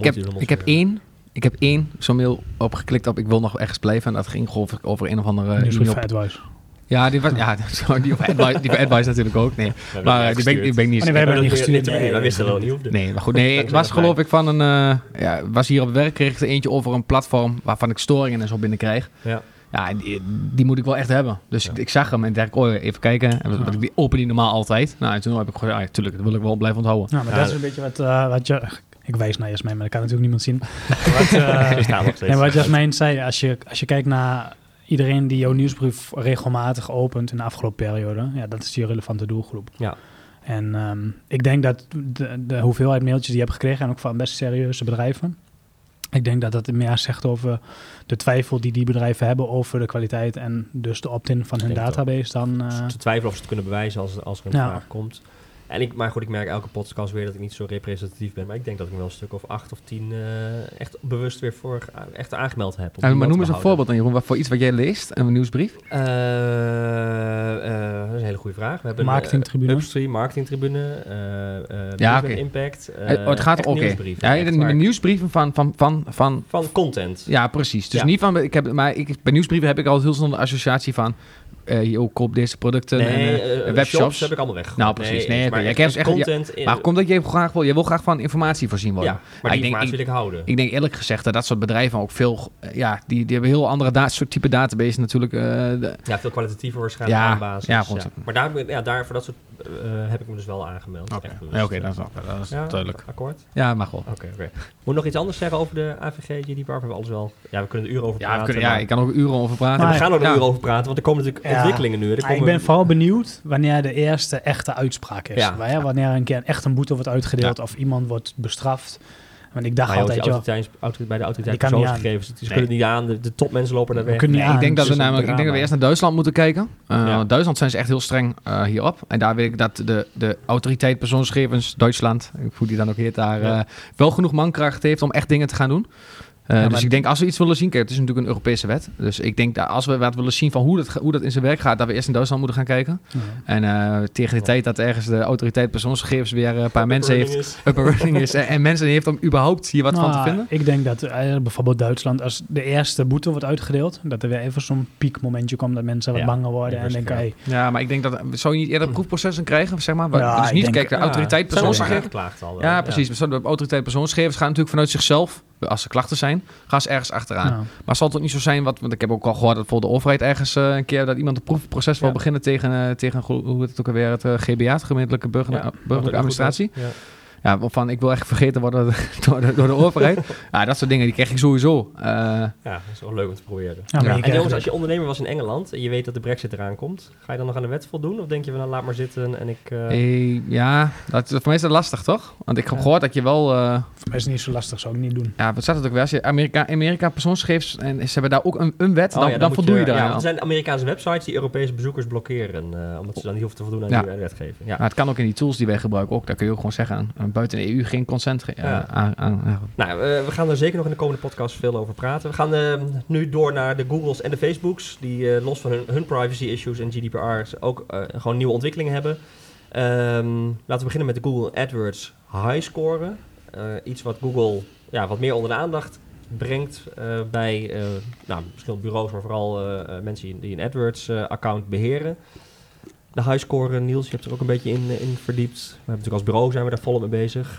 Ik heb één zo'n mail opgeklikt op ik wil nog ergens blijven. En dat ging over een of andere... Nieuwsbrief voor Advice. Ja, die voor Advice natuurlijk ook. Nee, maar die ben ik niet... we hebben er niet gestuurd. Nee, we wisten wel niet. Nee, maar goed. Nee, het was geloof ik van een... was hier op het werk, kreeg ik er eentje over een platform waarvan ik storingen en zo binnenkrijg. Ja. Ja, die moet ik wel echt hebben. Dus ik zag hem en dacht even kijken. En die open die normaal altijd. Nou, en toen heb ik gezegd, tuurlijk, dat wil ik wel blijven onthouden. Ja, maar dat is een beetje wat je... Ik wijs naar Jasmijn, maar dat kan natuurlijk niemand zien. Wat Jasmijn zei, als je kijkt naar iedereen die jouw nieuwsbrief regelmatig opent in de afgelopen periode, dat is die relevante doelgroep. Ja. En ik denk dat de hoeveelheid mailtjes die je hebt gekregen, en ook van best serieuze bedrijven, ik denk dat dat meer zegt over de twijfel die bedrijven hebben over de kwaliteit en dus de opt-in van hun database. Dan te twijfelen of ze het kunnen bewijzen als er een vraag komt. Maar goed, ik merk elke podcast weer dat ik niet zo representatief ben. Maar ik denk dat ik wel een stuk of 8 of 10 echt bewust weer echt aangemeld heb. Maar noem eens een voorbeeld dan, Jeroen, voor iets wat jij leest, een nieuwsbrief. Dat is een hele goede vraag. We hebben Marketingtribune. Upstream, Marketingtribune, Impact. Het gaat ook nieuwsbrieven. Nieuwsbrieven van content. Ja, precies. Dus niet van... bij nieuwsbrieven heb ik al heel snel de associatie van... koop deze producten en webshops. Shops heb ik allemaal weg. Nou, precies. Maar komt dat je wil graag van informatie voorzien worden. Ja, maar die informatie wil ik houden. Ik denk eerlijk gezegd dat soort bedrijven ook veel... die hebben heel andere soort type database natuurlijk. Veel kwalitatiever waarschijnlijk aan basis. Maar daar voor dat soort heb ik me dus wel aangemeld. Oké, dat is duidelijk. Akkoord? Ja, mag wel. Oké. Moet nog iets anders zeggen over de AVG, GDPR? We hebben alles wel... Ja, we kunnen er uren over praten. Ik kan ook uren over praten. We gaan er uren over praten, want er komen natuurlijk ontwikkelingen nu. Ik ben vooral benieuwd wanneer de eerste echte uitspraak is. Wanneer een keer echt een boete wordt uitgedeeld of iemand wordt bestraft. Want ik dacht altijd... bij de autoriteit persoonsgegevens. Ze kunnen niet aan. De topmensen lopen daar weg. Ik denk dat we eerst naar Duitsland moeten kijken. Duitsland zijn ze echt heel streng hierop. En daar weet ik dat de autoriteit persoonsgegevens, Duitsland, hoe die dan ook heet, daar wel genoeg mankracht heeft om echt dingen te gaan doen. Dus ik denk, als we iets willen zien... Kijk, het is natuurlijk een Europese wet. Dus ik denk dat als we wat willen zien van hoe dat in zijn werk gaat... dat we eerst in Duitsland moeten gaan kijken. Ja. En tegen de tijd dat ergens de autoriteit persoonsgegevens... weer een paar mensen heeft... Up-running is. En mensen heeft om überhaupt hier wat van te vinden. Ik denk dat bijvoorbeeld Duitsland... als de eerste boete wordt uitgedeeld... dat er weer even zo'n piekmomentje komt... dat mensen wat banger worden en denken... Ja, maar ik denk dat... Zou je niet eerder proefprocessen krijgen, zeg maar? Dus niet kijken, de autoriteit persoonsgegevens... Ja, precies. De autoriteit persoonsgegevens gaan natuurlijk vanuit zichzelf... als er klachten zijn, gaan ze ergens achteraan. Ja. Maar zal het ook niet zo zijn, want ik heb ook al gehoord dat voor de overheid ergens een keer dat iemand een proefproces wil beginnen tegen hoe heet het ook alweer, het GBA, het gemeentelijke burgerlijke administratie. Ja, waarvan ik wil echt vergeten worden door de overheid. Dat soort dingen, die krijg ik sowieso. Dat is wel leuk om te proberen. En jongens, als je ondernemer was in Engeland en je weet dat de Brexit eraan komt, ga je dan nog aan de wet voldoen? Of denk je van, nou, laat maar zitten en ik... voor mij is dat lastig, toch? Want ik heb gehoord dat je wel... voor mij is het niet zo lastig, zou ik niet doen. Ja, wat staat het ook wel? Als je Amerika persoonsgegevens en ze hebben daar ook een wet, dan voldoe je daar. Ja, er zijn Amerikaanse websites die Europese bezoekers blokkeren, omdat ze dan niet hoeven te voldoen aan die wetgeving. Ja. Maar het kan ook in die tools die wij gebruiken ook. Daar kun je ook gewoon zeggen buiten de EU geen consent aan. Nou, we gaan er zeker nog in de komende podcast veel over praten. We gaan nu door naar de Googles en de Facebooks, die los van hun privacy issues en GDPR ook gewoon nieuwe ontwikkelingen hebben. Laten we beginnen met de Google AdWords high scoren. Iets wat Google wat meer onder de aandacht brengt bij verschillende bureaus, maar vooral mensen die een AdWords-account beheren. De high score, Niels, je hebt er ook een beetje in verdiept. We hebben natuurlijk als bureau zijn we daar volop mee bezig.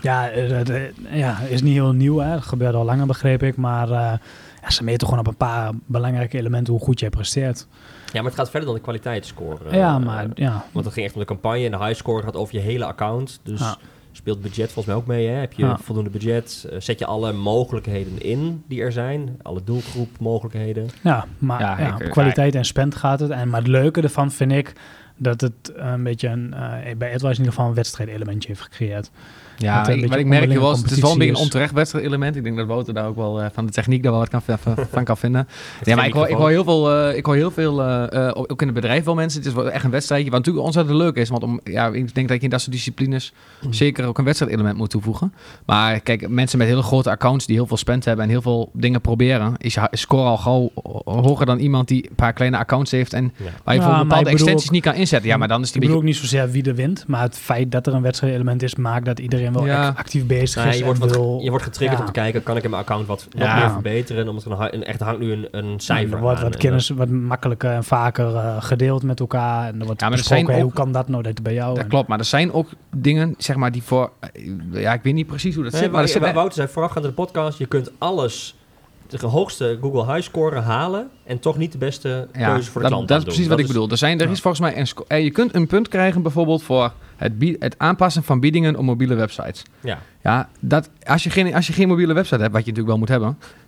Ja, is niet heel nieuw. Hè. Dat gebeurt al langer, begreep ik. Maar ze meten gewoon op een paar belangrijke elementen hoe goed jij presteert. Ja, maar het gaat verder dan de kwaliteitsscore. Want het ging echt om de campagne en de high score gaat over je hele account. Dus speelt budget volgens mij ook mee. Hè? Heb je voldoende budget? Zet je alle mogelijkheden in die er zijn? Alle doelgroepmogelijkheden? Ja, maar kwaliteit en spend gaat het. Maar het leuke ervan vind ik dat het een beetje bij AdWords in ieder geval een wedstrijdelementje heeft gecreëerd. Ja, wat ik merk was, het is wel een beetje een onterecht wedstrijdelement. Ik denk dat Wouter daar ook wel van de techniek daar wel wat van kan vinden. Ja, maar ik hoor heel veel, ook in het bedrijf wel mensen. Het is wel echt een wedstrijdje, wat natuurlijk ontzettend leuk is. Want ik denk dat je in dat soort disciplines zeker ook een wedstrijdelement moet toevoegen. Maar kijk, mensen met hele grote accounts die heel veel spend hebben en heel veel dingen proberen, is je score al gauw hoger dan iemand die een paar kleine accounts heeft en waar je voor bepaalde extensies niet kan inzetten. Ja, maar dan is die. Ik bedoel ook niet zozeer wie er wint, maar het feit dat er een wedstrijdelement is, maakt dat iedereen wel actief bezig is. Je wordt getriggerd om te kijken, kan ik in mijn account wat meer verbeteren? Omdat er hangt nu een cijfer er wordt wat kennis wat makkelijker en vaker gedeeld met elkaar. En er wordt besproken, hoe kan dat nou dat bij jou? Dat klopt, maar er zijn ook dingen, zeg maar, die voor... ik weet niet precies hoe dat zit. Maar Wouter zei voorafgaand aan de podcast, je kunt alles... de hoogste Google High Score halen en toch niet de beste keuze voor de klant. Dat is precies wat ik bedoel. Er is volgens mij je kunt een punt krijgen bijvoorbeeld voor het aanpassen van biedingen op mobiele websites. Ja, als je geen mobiele website hebt, wat je natuurlijk wel moet hebben, dan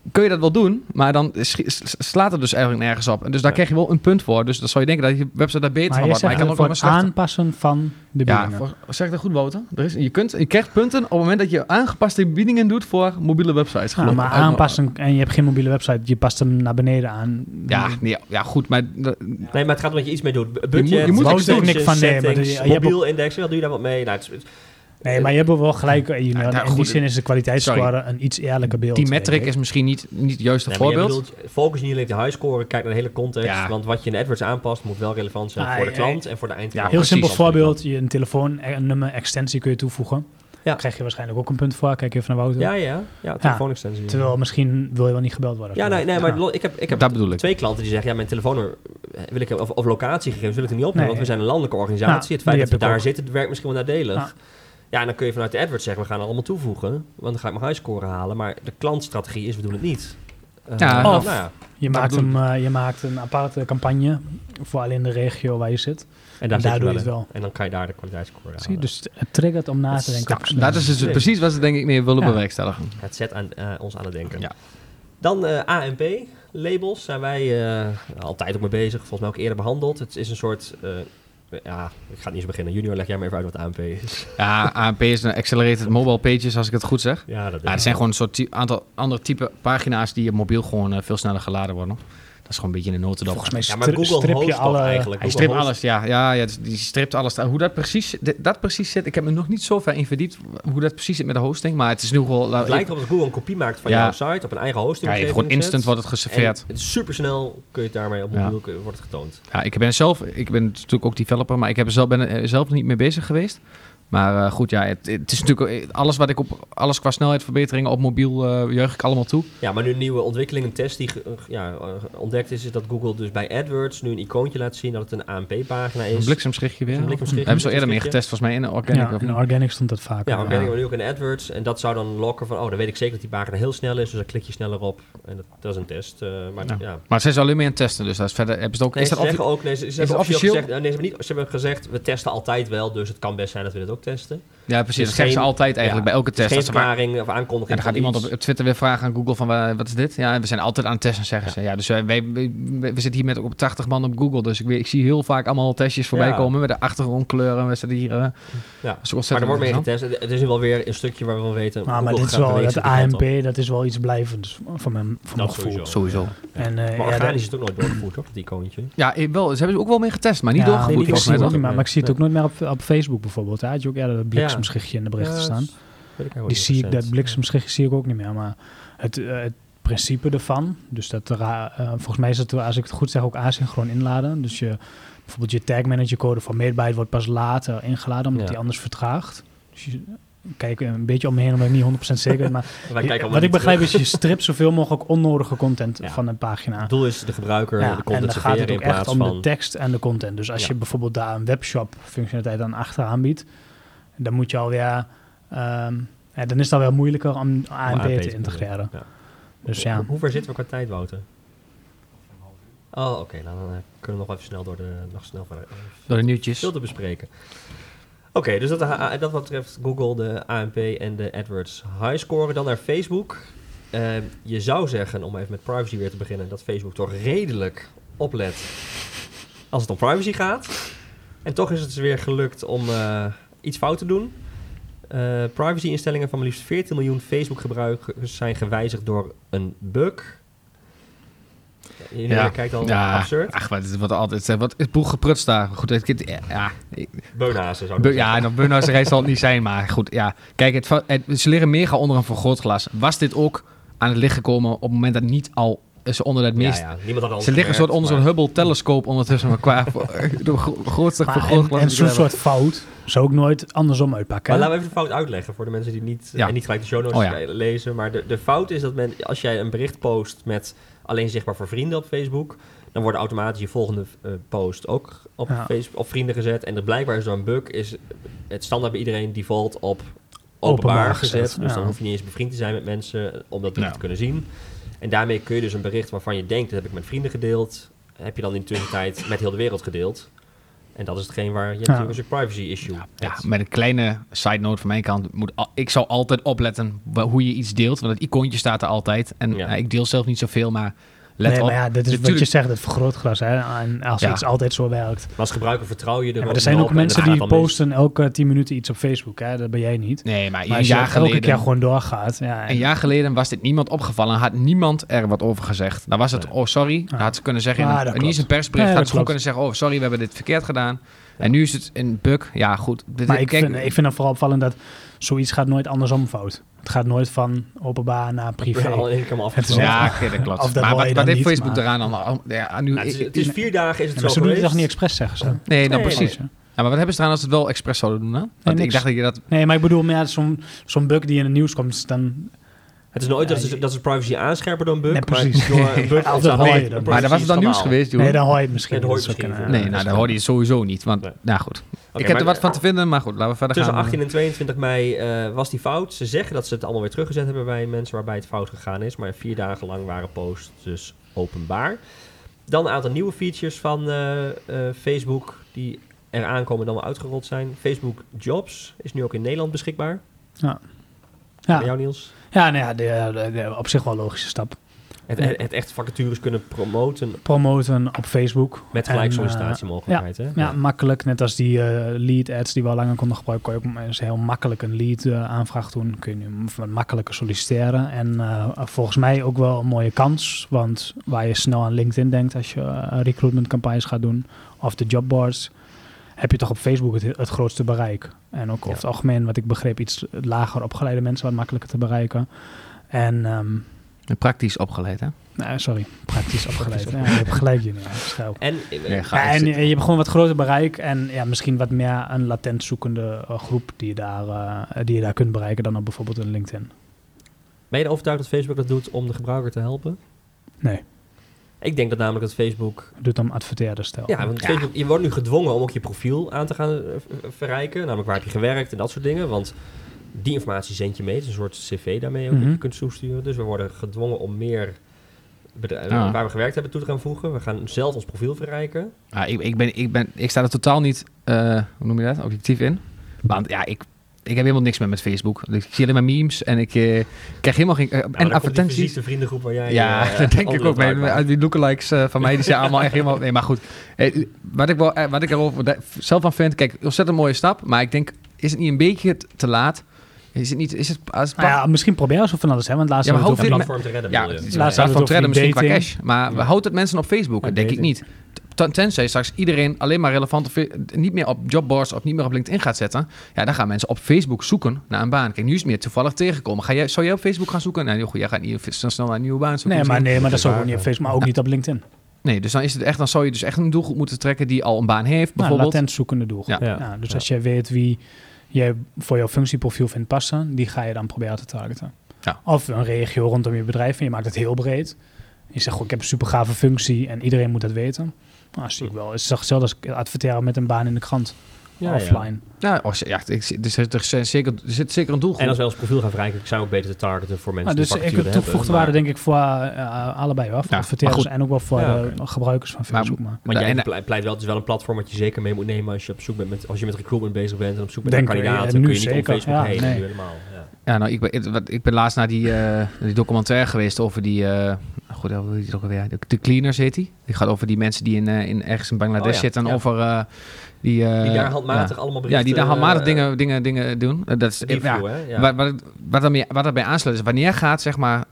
kun je dat wel doen, maar dan slaat het dus eigenlijk nergens op. En dus daar krijg je wel een punt voor. Dus dan zou je denken dat je website daar beter van wordt. Maar je zegt voor het aanpassen van de biedingen. Ja, zeg ik dat goed, Wouter? Je krijgt punten op het moment dat je aangepaste biedingen doet voor mobiele websites. Ja, maar aanpassen en je hebt geen mobiele website, je past hem naar beneden aan. Ja, goed, maar... Nee, maar het gaat om wat je iets mee doet. Budget, je moet er niks van nemen. Mobiel indexen, wat doe je daar wat mee? Nou, nee, maar je hebt wel gelijk. In die zin is de kwaliteitsscore een iets eerlijker beeld. Die metric is misschien niet het juiste voorbeeld. Focus niet alleen op de highscore, kijk naar de hele context. Ja. Want wat je in de AdWords aanpast, moet wel relevant zijn voor de klant en voor de eindklant. Heel simpel voorbeeld. Je een telefoonnummer extensie kun je toevoegen. Daar krijg je waarschijnlijk ook een punt voor. Kijk even naar Wouter. Ja, telefoonextensie. Terwijl misschien wil je wel niet gebeld worden. Ja, nee, maar ik heb 2 klanten die zeggen, mijn telefoonnummer wil ik of locatiegegevens wil ik er niet opnemen, want we zijn een landelijke organisatie. Het feit dat we daar zitten, werkt misschien wel nadelig. Ja, en dan kun je vanuit de AdWords zeggen, we gaan er allemaal toevoegen. Want dan ga ik mijn highscore halen. Maar de klantstrategie is, we doen het niet. Je maakt een aparte campagne voor alleen de regio waar je zit. En daar doe je het wel. En dan kan je daar de kwaliteitsscore halen. Zie, dus het triggert om na te denken. Dat is dus precies wat ze denk ik meer willen bewerkstelligen. Het zet ons aan het denken. Ja. Dan ANP. Labels zijn wij altijd ook mee bezig. Volgens mij ook eerder behandeld. Het is een soort... ik ga niet eens beginnen. Junior, leg jij maar even uit wat ANP is. Ja, ANP is een Accelerated Mobile Pages, als ik het goed zeg. Ja, het zijn gewoon een soort aantal andere type pagina's die op mobiel gewoon veel sneller geladen worden. Dat is gewoon een beetje in de notendop. Volgens mij maar Google strip je alle... eigenlijk. Hij stript alles, die stript alles. Hoe dat precies zit, ik heb me nog niet zo ver in verdiept hoe dat precies zit met de hosting, maar het is nu wel... Het lijkt erop dat Google een kopie maakt van jouw site op een eigen hosting. Ja, gewoon instant wordt het geserveerd. Het is supersnel, kun je het daarmee op mobiel wordt het getoond. Ja, ik ben natuurlijk ook developer, maar ik ben er zelf niet mee bezig geweest. Maar goed, het is natuurlijk alles qua snelheidsverbeteringen op mobiel juich ik allemaal toe. Ja, maar nu een nieuwe ontwikkeling, een test die ontdekt is dat Google dus bij AdWords nu een icoontje laat zien dat het een ANP-pagina is. Een bliksemschichtje weer. Hebben ze al eerder mee getest, volgens mij in Organic. Ja, in Organic stond dat vaak. Ja, Organic, maar nu ook in AdWords. En dat zou dan lokken van, dan weet ik zeker dat die pagina heel snel is, dus dan klik je sneller op. En dat is een test. Maar zijn ze alleen mee aan het testen, dus dat is verder... Hebben ze ook, nee, ze zeggen ook... Nee, ze hebben officieel gezegd... ze hebben gezegd, we testen altijd wel, dus het kan best zijn dat we dit ook testen. Ja, precies. Dat zeggen ze altijd eigenlijk bij elke test. Geen verklaring of aankondiging. En dan gaat iemand op Twitter weer vragen aan Google van wat is dit? Ja, we zijn altijd aan het testen, zeggen ze. Ja, dus we zitten hier met op 80 man op Google. Dus ik zie heel vaak allemaal testjes voorbij komen met de achtergrondkleuren. We zitten hier... maar er wordt mee getest. Het is wel weer een stukje waar we wel weten... maar dit is wel, het ANP, dat is wel iets blijvends van mijn gevoel. Sowieso. Maar organisch is het ook nooit doorgevoerd, toch? Dat icoontje. Ja, wel. Ze hebben ook wel mee getest, maar niet doorgevoerd. Maar ik zie het ook nooit meer op Facebook bijvoorbeeld. Had je ook eerder dat bliksemschichtje in de berichten staan. Dat bliksemschichtje zie ik ook niet meer. Maar het principe ervan, dus dat volgens mij is het, als ik het goed zeg, ook asynchroon inladen. Dus bijvoorbeeld je tag manager code van Mailbyte wordt pas later ingeladen, omdat die anders vertraagt. Dus kijk een beetje om me heen, omdat ik niet 100% zeker ben. Maar wat ik begrijp is, je stript zoveel mogelijk onnodige content van een pagina. Het doel is de gebruiker de content serveren. En dan gaat het ook echt om de tekst en de content. Dus als je bijvoorbeeld daar een webshop functionaliteit aan achteraan biedt, dan moet je alweer... dan is het alweer moeilijker om ANP te integreren. Ja. Dus Hoe ver zitten we qua tijd, Wouter? Oh, oké. Nou, dan kunnen we nog even snel door de nieuwtjes. Veel te bespreken. Oké, dus dat wat betreft Google, de ANP en de AdWords highscore. Dan naar Facebook. Je zou zeggen, om even met privacy weer te beginnen, dat Facebook toch redelijk oplet als het om privacy gaat. En toch is het dus weer gelukt om iets fout te doen. Privacy-instellingen van maar liefst 14 miljoen Facebook-gebruikers zijn gewijzigd door een bug. Je kijkt al absurd. Ach, het wordt altijd het boel geprutst daar. Goed, Beunhazen zou ik zeggen. En Beunhazen zal het niet zijn, maar goed. Ja, kijk, ze liggen mega onder een vergrootglas. Was dit ook aan het licht gekomen op het moment dat niet al ze onder dat meest... Ze liggen een soort onder zo'n Hubble-telescoop ondertussen, maar qua de grootste vergrootglas. En zo'n soort fout zou ook nooit andersom uitpakken. Maar laten we even de fout uitleggen voor de mensen die niet gelijk de show notes lezen. Maar de fout is dat als jij een bericht post met alleen zichtbaar voor vrienden op Facebook, dan worden automatisch je volgende post ook op Facebook op vrienden gezet. En blijkbaar is er een bug, is het standaard bij iedereen default op openbaar gezet. Dus dan hoef je niet eens bevriend te zijn met mensen om dat te kunnen zien. En daarmee kun je dus een bericht waarvan je denkt, dat heb ik met vrienden gedeeld, heb je dan in de tussentijd met heel de wereld gedeeld. En dat is hetgeen waar je natuurlijk als een privacy issue hebt. Met een kleine side note van mijn kant. Ik zou altijd opletten hoe je iets deelt. Want het icoontje staat er altijd. En ik deel zelf niet zoveel, maar let op. Maar ja, dit is wat je zegt, het vergrootglas. Hè? En als iets altijd zo werkt. Maar als gebruiker vertrouw je er maar er zijn ook mensen die posten elke 10 minuten iets op Facebook. Hè? Dat ben jij niet. Nee, maar als je elke keer gewoon doorgaat. Een jaar geleden was dit niemand opgevallen. Had niemand er wat over gezegd. Dan was het, sorry. Dat had ze kunnen zeggen. Niet eens een persbericht. Had ze gewoon kunnen zeggen, sorry, we hebben dit verkeerd gedaan. En nu is het een bug. Ja, goed. Maar ik vind het vooral opvallend dat zoiets gaat nooit andersom fout. Het gaat nooit van openbaar naar privé. Al één keer dat klopt. Maar wat heeft Facebook eraan dan? Het is 4 dagen, is het zo ze geweest. doen het toch niet expres, zeggen ze? Nee, precies. Ja, maar wat hebben ze eraan als ze het wel expres zouden doen dan? Want ik dacht dat je dat... Nee, maar ik bedoel, zo'n bug die in het nieuws komt, dan... Het is nooit dat ze privacy aanscherpen door een bug. Nee, precies. Maar een bug maar dan was het dan nieuws geweest, joh. Nee, dan hoor je het misschien. Dan hoor je het sowieso niet. Want, nou goed. Ik heb er wat van te vinden, maar goed, laten we verder gaan. Tussen 18 en 22 mei was die fout. Ze zeggen dat ze het allemaal weer teruggezet hebben bij mensen waarbij het fout gegaan is. Maar 4 dagen lang waren posts dus openbaar. Dan een aantal nieuwe features van Facebook die er aankomen dan wel uitgerold zijn. Facebook Jobs is nu ook in Nederland beschikbaar. Ja. Bij jou, Niels? Ja, de op zich wel een logische stap. Het echt vacatures kunnen promoten op Facebook. Met gelijk sollicitatiemogelijkheid. Ja, makkelijk. Net als die lead ads die we al langer konden gebruiken. Kon je ook heel makkelijk een lead aanvraag doen. Kun je nu wat makkelijker solliciteren. En volgens mij ook wel een mooie kans. Want waar je snel aan LinkedIn denkt als je recruitment campagnes gaat doen. Of de jobboards. Heb je toch op Facebook het grootste bereik. En ook over het algemeen, wat ik begreep, iets lager opgeleide mensen wat makkelijker te bereiken. En praktisch opgeleid, hè? Nee, sorry, praktisch opgeleid. Ja, je hebt gelijk, Junior. En je hebt gewoon wat groter bereik en misschien wat meer een latent zoekende groep die je daar kunt bereiken dan op bijvoorbeeld een LinkedIn. Ben je overtuigd dat Facebook dat doet om de gebruiker te helpen? Nee. Ik denk dat namelijk dat Facebook... doet om adverteerders te helpen. Ja, want Facebook, je wordt nu gedwongen om ook je profiel aan te gaan verrijken. Namelijk waar heb je gewerkt en dat soort dingen. Want die informatie zend je mee. Het is een soort cv daarmee ook dat je kunt toesturen. Dus we worden gedwongen om meer bedrijven waar we gewerkt hebben toe te gaan voegen. We gaan zelf ons profiel verrijken. Ik sta er totaal niet, hoe noem je dat, objectief in. Want ik heb helemaal niks meer met Facebook. Ik zie alleen maar memes en ik krijg helemaal geen... en advertenties. De vriendengroep waar jij... Ja, dat denk ik ook. Die lookalikes van mij, die zijn allemaal echt helemaal... Nee, maar goed. Wat ik erover zelf van vind... Kijk, ontzettend mooie stap. Maar ik denk, is het niet een beetje te laat? Is het niet... misschien proberen ze van alles, hè? Want laatst hebben we het over platform te redden. Platform te redden misschien qua cash. Maar houdt het mensen op Facebook? Denk ik niet. Tenzij straks iedereen alleen maar relevante... niet meer op jobboards of niet meer op LinkedIn gaat zetten. Ja, dan gaan mensen op Facebook zoeken naar een baan. Kijk, nu is het meer toevallig tegengekomen. Zou jij op Facebook gaan zoeken? Nee, goed, jij gaat niet zo snel naar een nieuwe baan zoeken. Nee, maar dat zou ook niet op Facebook, maar ook niet op LinkedIn. Nee, dus dan is het echt, dan zou je dus echt een doelgroep moeten trekken die al een baan heeft, bijvoorbeeld. Latent zoekende doelgroep. Ja, dus als jij weet wie jij voor jouw functieprofiel vindt passen, die ga je dan proberen te targeten. Ja. Of een regio rondom je bedrijf en je maakt het heel breed. Je zegt, ik heb een super gave functie en iedereen moet dat weten. Nou, zie ik wel. Het is hetzelfde als adverteren met een baan in de krant. Offline. Er zit zeker een doelgroep. En als we ons profiel gaan verrijken, zijn we ook beter te targeten voor mensen die vacatures hebben. Dus toegevoegde waarde denk ik voor allebei. Voor adverteerders en ook wel voor de gebruikers van Facebook. Maar jij pleit wel, het is wel een platform wat je zeker mee moet nemen als je op zoek bent als je met recruitment bezig bent en op zoek bent naar kandidaten. Dan kun je niet op Facebook heen. Nu helemaal. Ja, nou, ik ben laatst naar die documentaire geweest over die... hoe heet die ook alweer? De Cleaners heet die. Die gaat over die mensen die ergens in Bangladesh zitten. Over... Die daar handmatig allemaal berichten... Ja, die daar handmatig dingen doen. Dat is wat daarbij aansluit is... Wanneer gaat, zeg maar...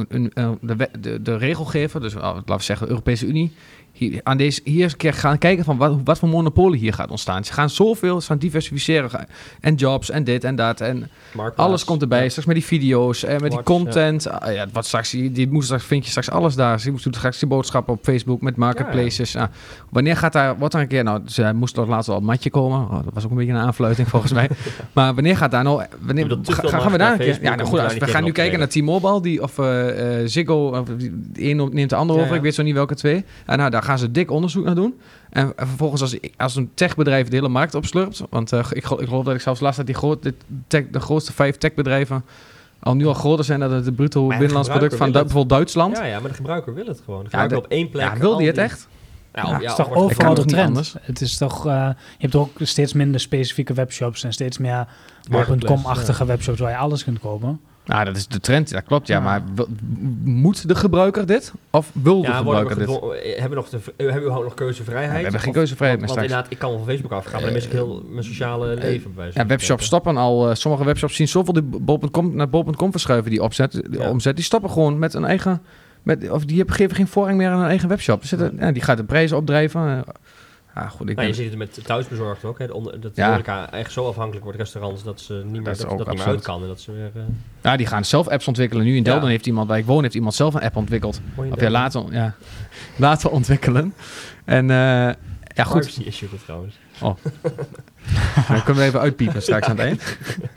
de regelgever... Dus laten we zeggen, de Europese Unie... Hier eens een keer gaan kijken van wat voor monopolie hier gaat ontstaan. Ze gaan diversificeren. En jobs en dit en dat. En alles komt erbij. Straks met die video's en met die content. Wat straks, vind je straks alles daar. Je moet straks die boodschappen op Facebook met marketplaces. Wanneer wordt er een keer... Nou, ze moest toch laatst al op het matje komen. Dat was ook een beetje een aanfluiting volgens mij. Maar wanneer gaat daar nou... Gaan we daar een keer... Ja, nou goed, we gaan nu kijken naar T-Mobile. Of Ziggo. De een neemt de ander over. Ik weet zo niet welke twee. En nou, daar gaan ze dik onderzoek naar doen. En vervolgens als een techbedrijf de hele markt opslurpt... Want ik geloof dat ik zelfs las dat de grootste 5 techbedrijven... nu al groter zijn dan het bruto binnenlands product van bijvoorbeeld Duitsland. Ja, maar de gebruiker wil het gewoon. De gebruiker op één plek. Ja, wil die het echt? Het is toch kan overal de toch niet trend. anders? Het is toch, je hebt ook steeds minder specifieke webshops en steeds meer Marketplace, bol.com-achtige webshops waar je alles kunt kopen. Nou, dat is de trend, dat klopt, ja. Ja. Maar moet de gebruiker dit? Of wil de gebruiker dit? Hebben we überhaupt nog keuzevrijheid? We hebben geen keuzevrijheid Want meer straks. inderdaad, ik kan wel van Facebook afgaan, maar dan mis ik heel mijn sociale leven bij. Ja, webshops stoppen al. Sommige webshops zien zoveel die bol.com naar bol.com verschuiven, die omzet. Die stoppen gewoon met een eigen... geven geen voorrang meer aan een eigen webshop. Die gaat de prijzen opdrijven. Goed, je ziet het met thuisbezorgd ook. Hè, dat de horeca eigenlijk zo afhankelijk wordt, restaurants, dat ze niet meer, dat niet meer uit kan. En dat ze weer, Ja, die gaan zelf apps ontwikkelen. Nu in Delden heeft iemand, waar ik woon, heeft iemand zelf een app ontwikkeld. Laten ontwikkelen. En goed. Privacy issue trouwens. Dan kunnen we even uitpiepen straks aan het eind.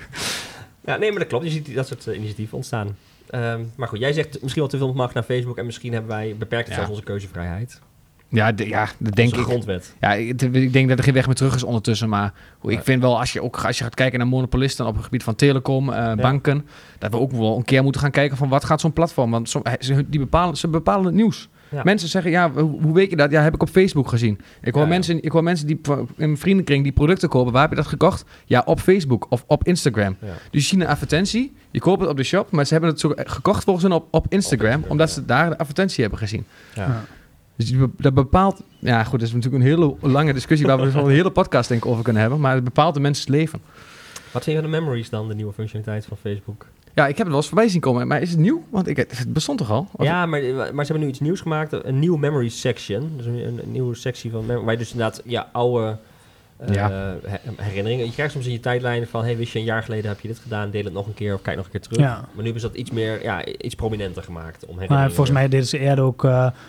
Ja, nee, maar dat klopt. Je ziet dat soort initiatieven ontstaan. Maar goed, jij zegt misschien wel te veel macht naar Facebook en misschien hebben wij beperkt zelfs onze keuzevrijheid. Dat denk ik. Grondwet. Ja, ik denk dat er geen weg meer terug is ondertussen. Maar ik vind wel, als je gaat kijken naar monopolisten op het gebied van telecom, banken, dat we ook wel een keer moeten gaan kijken van wat gaat zo'n platform. Want ze bepalen het nieuws. Ja. Mensen zeggen, hoe weet je dat? Ja, heb ik op Facebook gezien. Ik hoor mensen die in mijn vriendenkring die producten kopen. Waar heb je dat gekocht? Ja, op Facebook of op Instagram. Ja. Dus je ziet een advertentie, je koopt het op de shop, maar ze hebben het zo gekocht volgens hen op Instagram, omdat ze daar de advertentie hebben gezien. Ja. Dus dat bepaalt... Ja, goed, dat is natuurlijk een hele lange discussie waar we dus al een hele podcast denk ik over kunnen hebben. Maar het bepaalt de mensen's leven. Wat zijn de memories dan, de nieuwe functionaliteit van Facebook? Ja, ik heb het wel eens voorbij zien komen. Maar is het nieuw? Want het bestond toch al? Ja, maar ze hebben nu iets nieuws gemaakt. Een nieuwe memories section. Dus een nieuwe sectie van waar je dus inderdaad oude herinneringen. Je krijgt soms in je tijdlijn van... Hey, wist je, een jaar geleden heb je dit gedaan. Deel het nog een keer of kijk nog een keer terug. Ja. Maar nu hebben ze dat iets meer... iets prominenter gemaakt. Maar volgens mij deden ze eerder ook...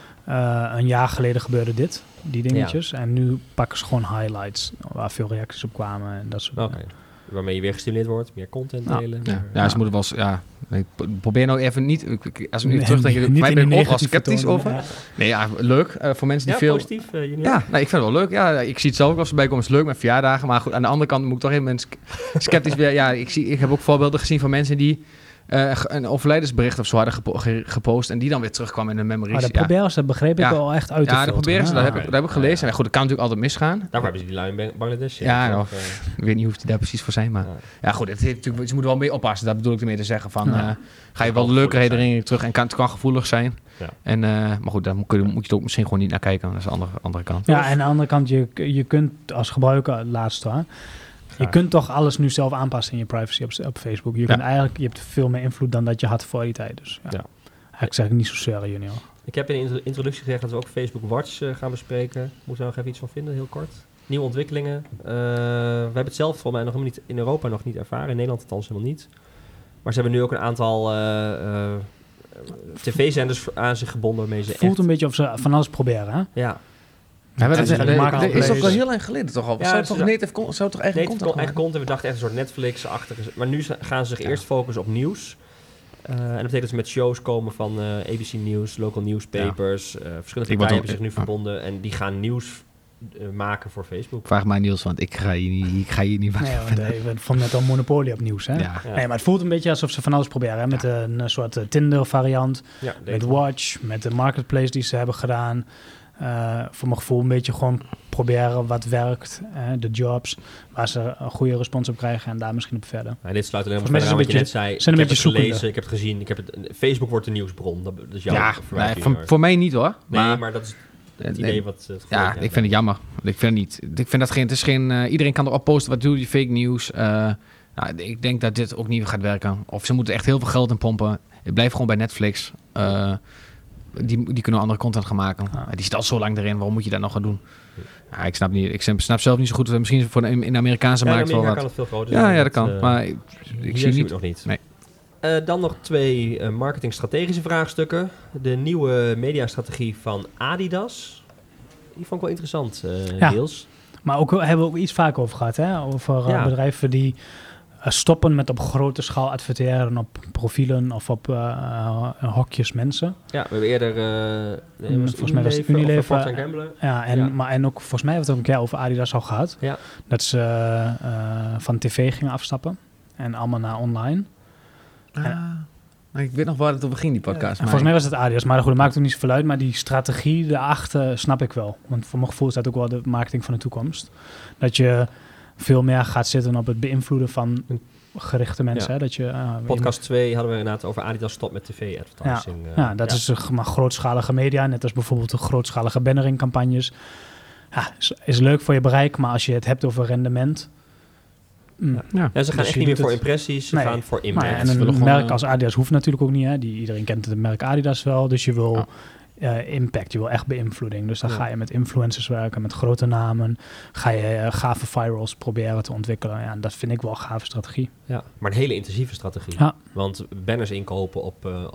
een jaar geleden gebeurde die dingetjes. Ja. En nu pakken ze gewoon highlights waar veel reacties op kwamen en dat soort dingen. Waarmee je weer gestimuleerd wordt, meer content delen. Ze moeten wel eens... Ja, ik probeer nou even niet... Als we nu terugdenken... Mij ben ik overal sceptisch over. Ja. Nee, leuk. Voor mensen die veel... positief, junior. Ja, ik vind het wel leuk. Ja, ik zie het zelf ook als erbij komen. Het is leuk met verjaardagen. Maar goed, aan de andere kant moet ik toch even sceptisch weer... Ja, ik heb ook voorbeelden gezien van mensen die... een overlijdensbericht of zo hadden gepost en die dan weer terugkwam in de memories. Maar dat proberen ze, dat begreep ik wel echt uit te filteren. Ja, dat proberen ze, dat heb ik gelezen. Ja, goed, dat kan natuurlijk altijd misgaan. Daarvoor hebben ze die lui in Bangladesh. Ik weet niet hoe die daar precies voor zijn, maar... Ja, goed, ze moeten wel mee oppassen. Dat bedoel ik ermee te zeggen van... ga je wel de leuke herinneringen terug en het kan gevoelig zijn. Ja. En, maar goed, daar moet je er ook misschien gewoon niet naar kijken. Dat is de andere kant. Ja, en aan de andere kant, je kunt als gebruiker, laatst hoor... Je kunt toch alles nu zelf aanpassen in je privacy op Facebook. Je hebt veel meer invloed dan dat je had voor die tijd. Dus eigenlijk zeg ik niet zo zeer, junior. Ik heb in de introductie gezegd dat we ook Facebook Watch gaan bespreken. Moeten we nog even iets van vinden, heel kort. Nieuwe ontwikkelingen. We hebben het zelf volgens mij nog niet in Europa nog niet ervaren. In Nederland althans helemaal niet. Maar ze hebben nu ook een aantal tv-zenders aan zich gebonden. Waarmee ze voelt een beetje of ze van alles proberen, hè? Ja. Dat is toch al heel lang geleden toch al? Zou het toch eigen content? We dachten echt een soort Netflix-achtige... Maar nu gaan ze zich eerst focussen op nieuws. En dat betekent dat ze met shows komen van ABC News, local newspapers. Verschillende partijen hebben zich nu verbonden. En die gaan nieuws maken voor Facebook. Vraag mij Niels, want ik ga hier niet van. Nee, ik vond net al monopolie op nieuws, hè? Ja. Nee, maar het voelt een beetje alsof ze van alles proberen. Hè? Met een soort Tinder-variant. Ja, met Watch, met de marketplace die ze hebben gedaan. Voor mijn gevoel een beetje gewoon proberen wat werkt, de jobs, waar ze een goede respons op krijgen en daar misschien op verder. Ja, dit sluit alleen maar verder aan wat je net zei. Ik heb het gelezen, ik heb het gezien, Facebook wordt de nieuwsbron. Dat is jouw voor mij niet hoor. Nee, maar dat is het idee wat... ik vind het jammer. Ik vind dat het is geen... iedereen kan erop posten, wat doe je fake news. Ik denk dat dit ook niet gaat werken. Of ze moeten echt heel veel geld in pompen. Ik blijf gewoon bij Netflix. Die kunnen andere content gaan maken. Die zit al zo lang erin. Waarom moet je dat nog gaan doen? Ja, ik snap niet. Ik snap zelf niet zo goed. Misschien voor in de Amerikaanse markt wel wat. Kan het veel groter zijn. Ja, dat kan. Maar ik zie het nog niet. Nee. Dan nog 2 marketingstrategische vraagstukken. De nieuwe mediastrategie van Adidas. Die vond ik wel interessant, Niels. Maar ook hebben we ook iets vaak over gehad. Hè? Over bedrijven die... stoppen met op grote schaal adverteren op profielen of op hokjes mensen. Ja, we hebben eerder volgens mij was het Unilever. Ja, en ook volgens mij hebben we het ook een keer over Adidas al gehad. Ja. Dat ze van tv gingen afstappen en allemaal naar online. Ik weet nog waar het over ging, die podcast. En volgens mij was het Adidas, maar goed, dat maakt ook niet zoveel uit. Maar die strategie daarachter snap ik wel. Want voor mijn gevoel is dat ook wel de marketing van de toekomst. Dat je veel meer gaat zitten op het beïnvloeden van gerichte mensen. Ja. Hè? Dat je, Podcast 2 hadden we inderdaad over Adidas stop met tv-advertising. dat is maar grootschalige media. Net als bijvoorbeeld de grootschalige bannering-campagnes. Ja, is leuk voor je bereik, maar als je het hebt over rendement... Ja, ze gaan echt niet meer voor impressies, ze gaan voor impact. En een merk als Adidas hoeft natuurlijk ook niet. Hè? Iedereen kent het merk Adidas wel, dus je wil impact, je wil echt beïnvloeding. Dus dan ga je met influencers werken, met grote namen. Ga je gave virals proberen te ontwikkelen. Ja, dat vind ik wel een gave strategie. Ja, maar een hele intensieve strategie. Ja. Want banners inkopen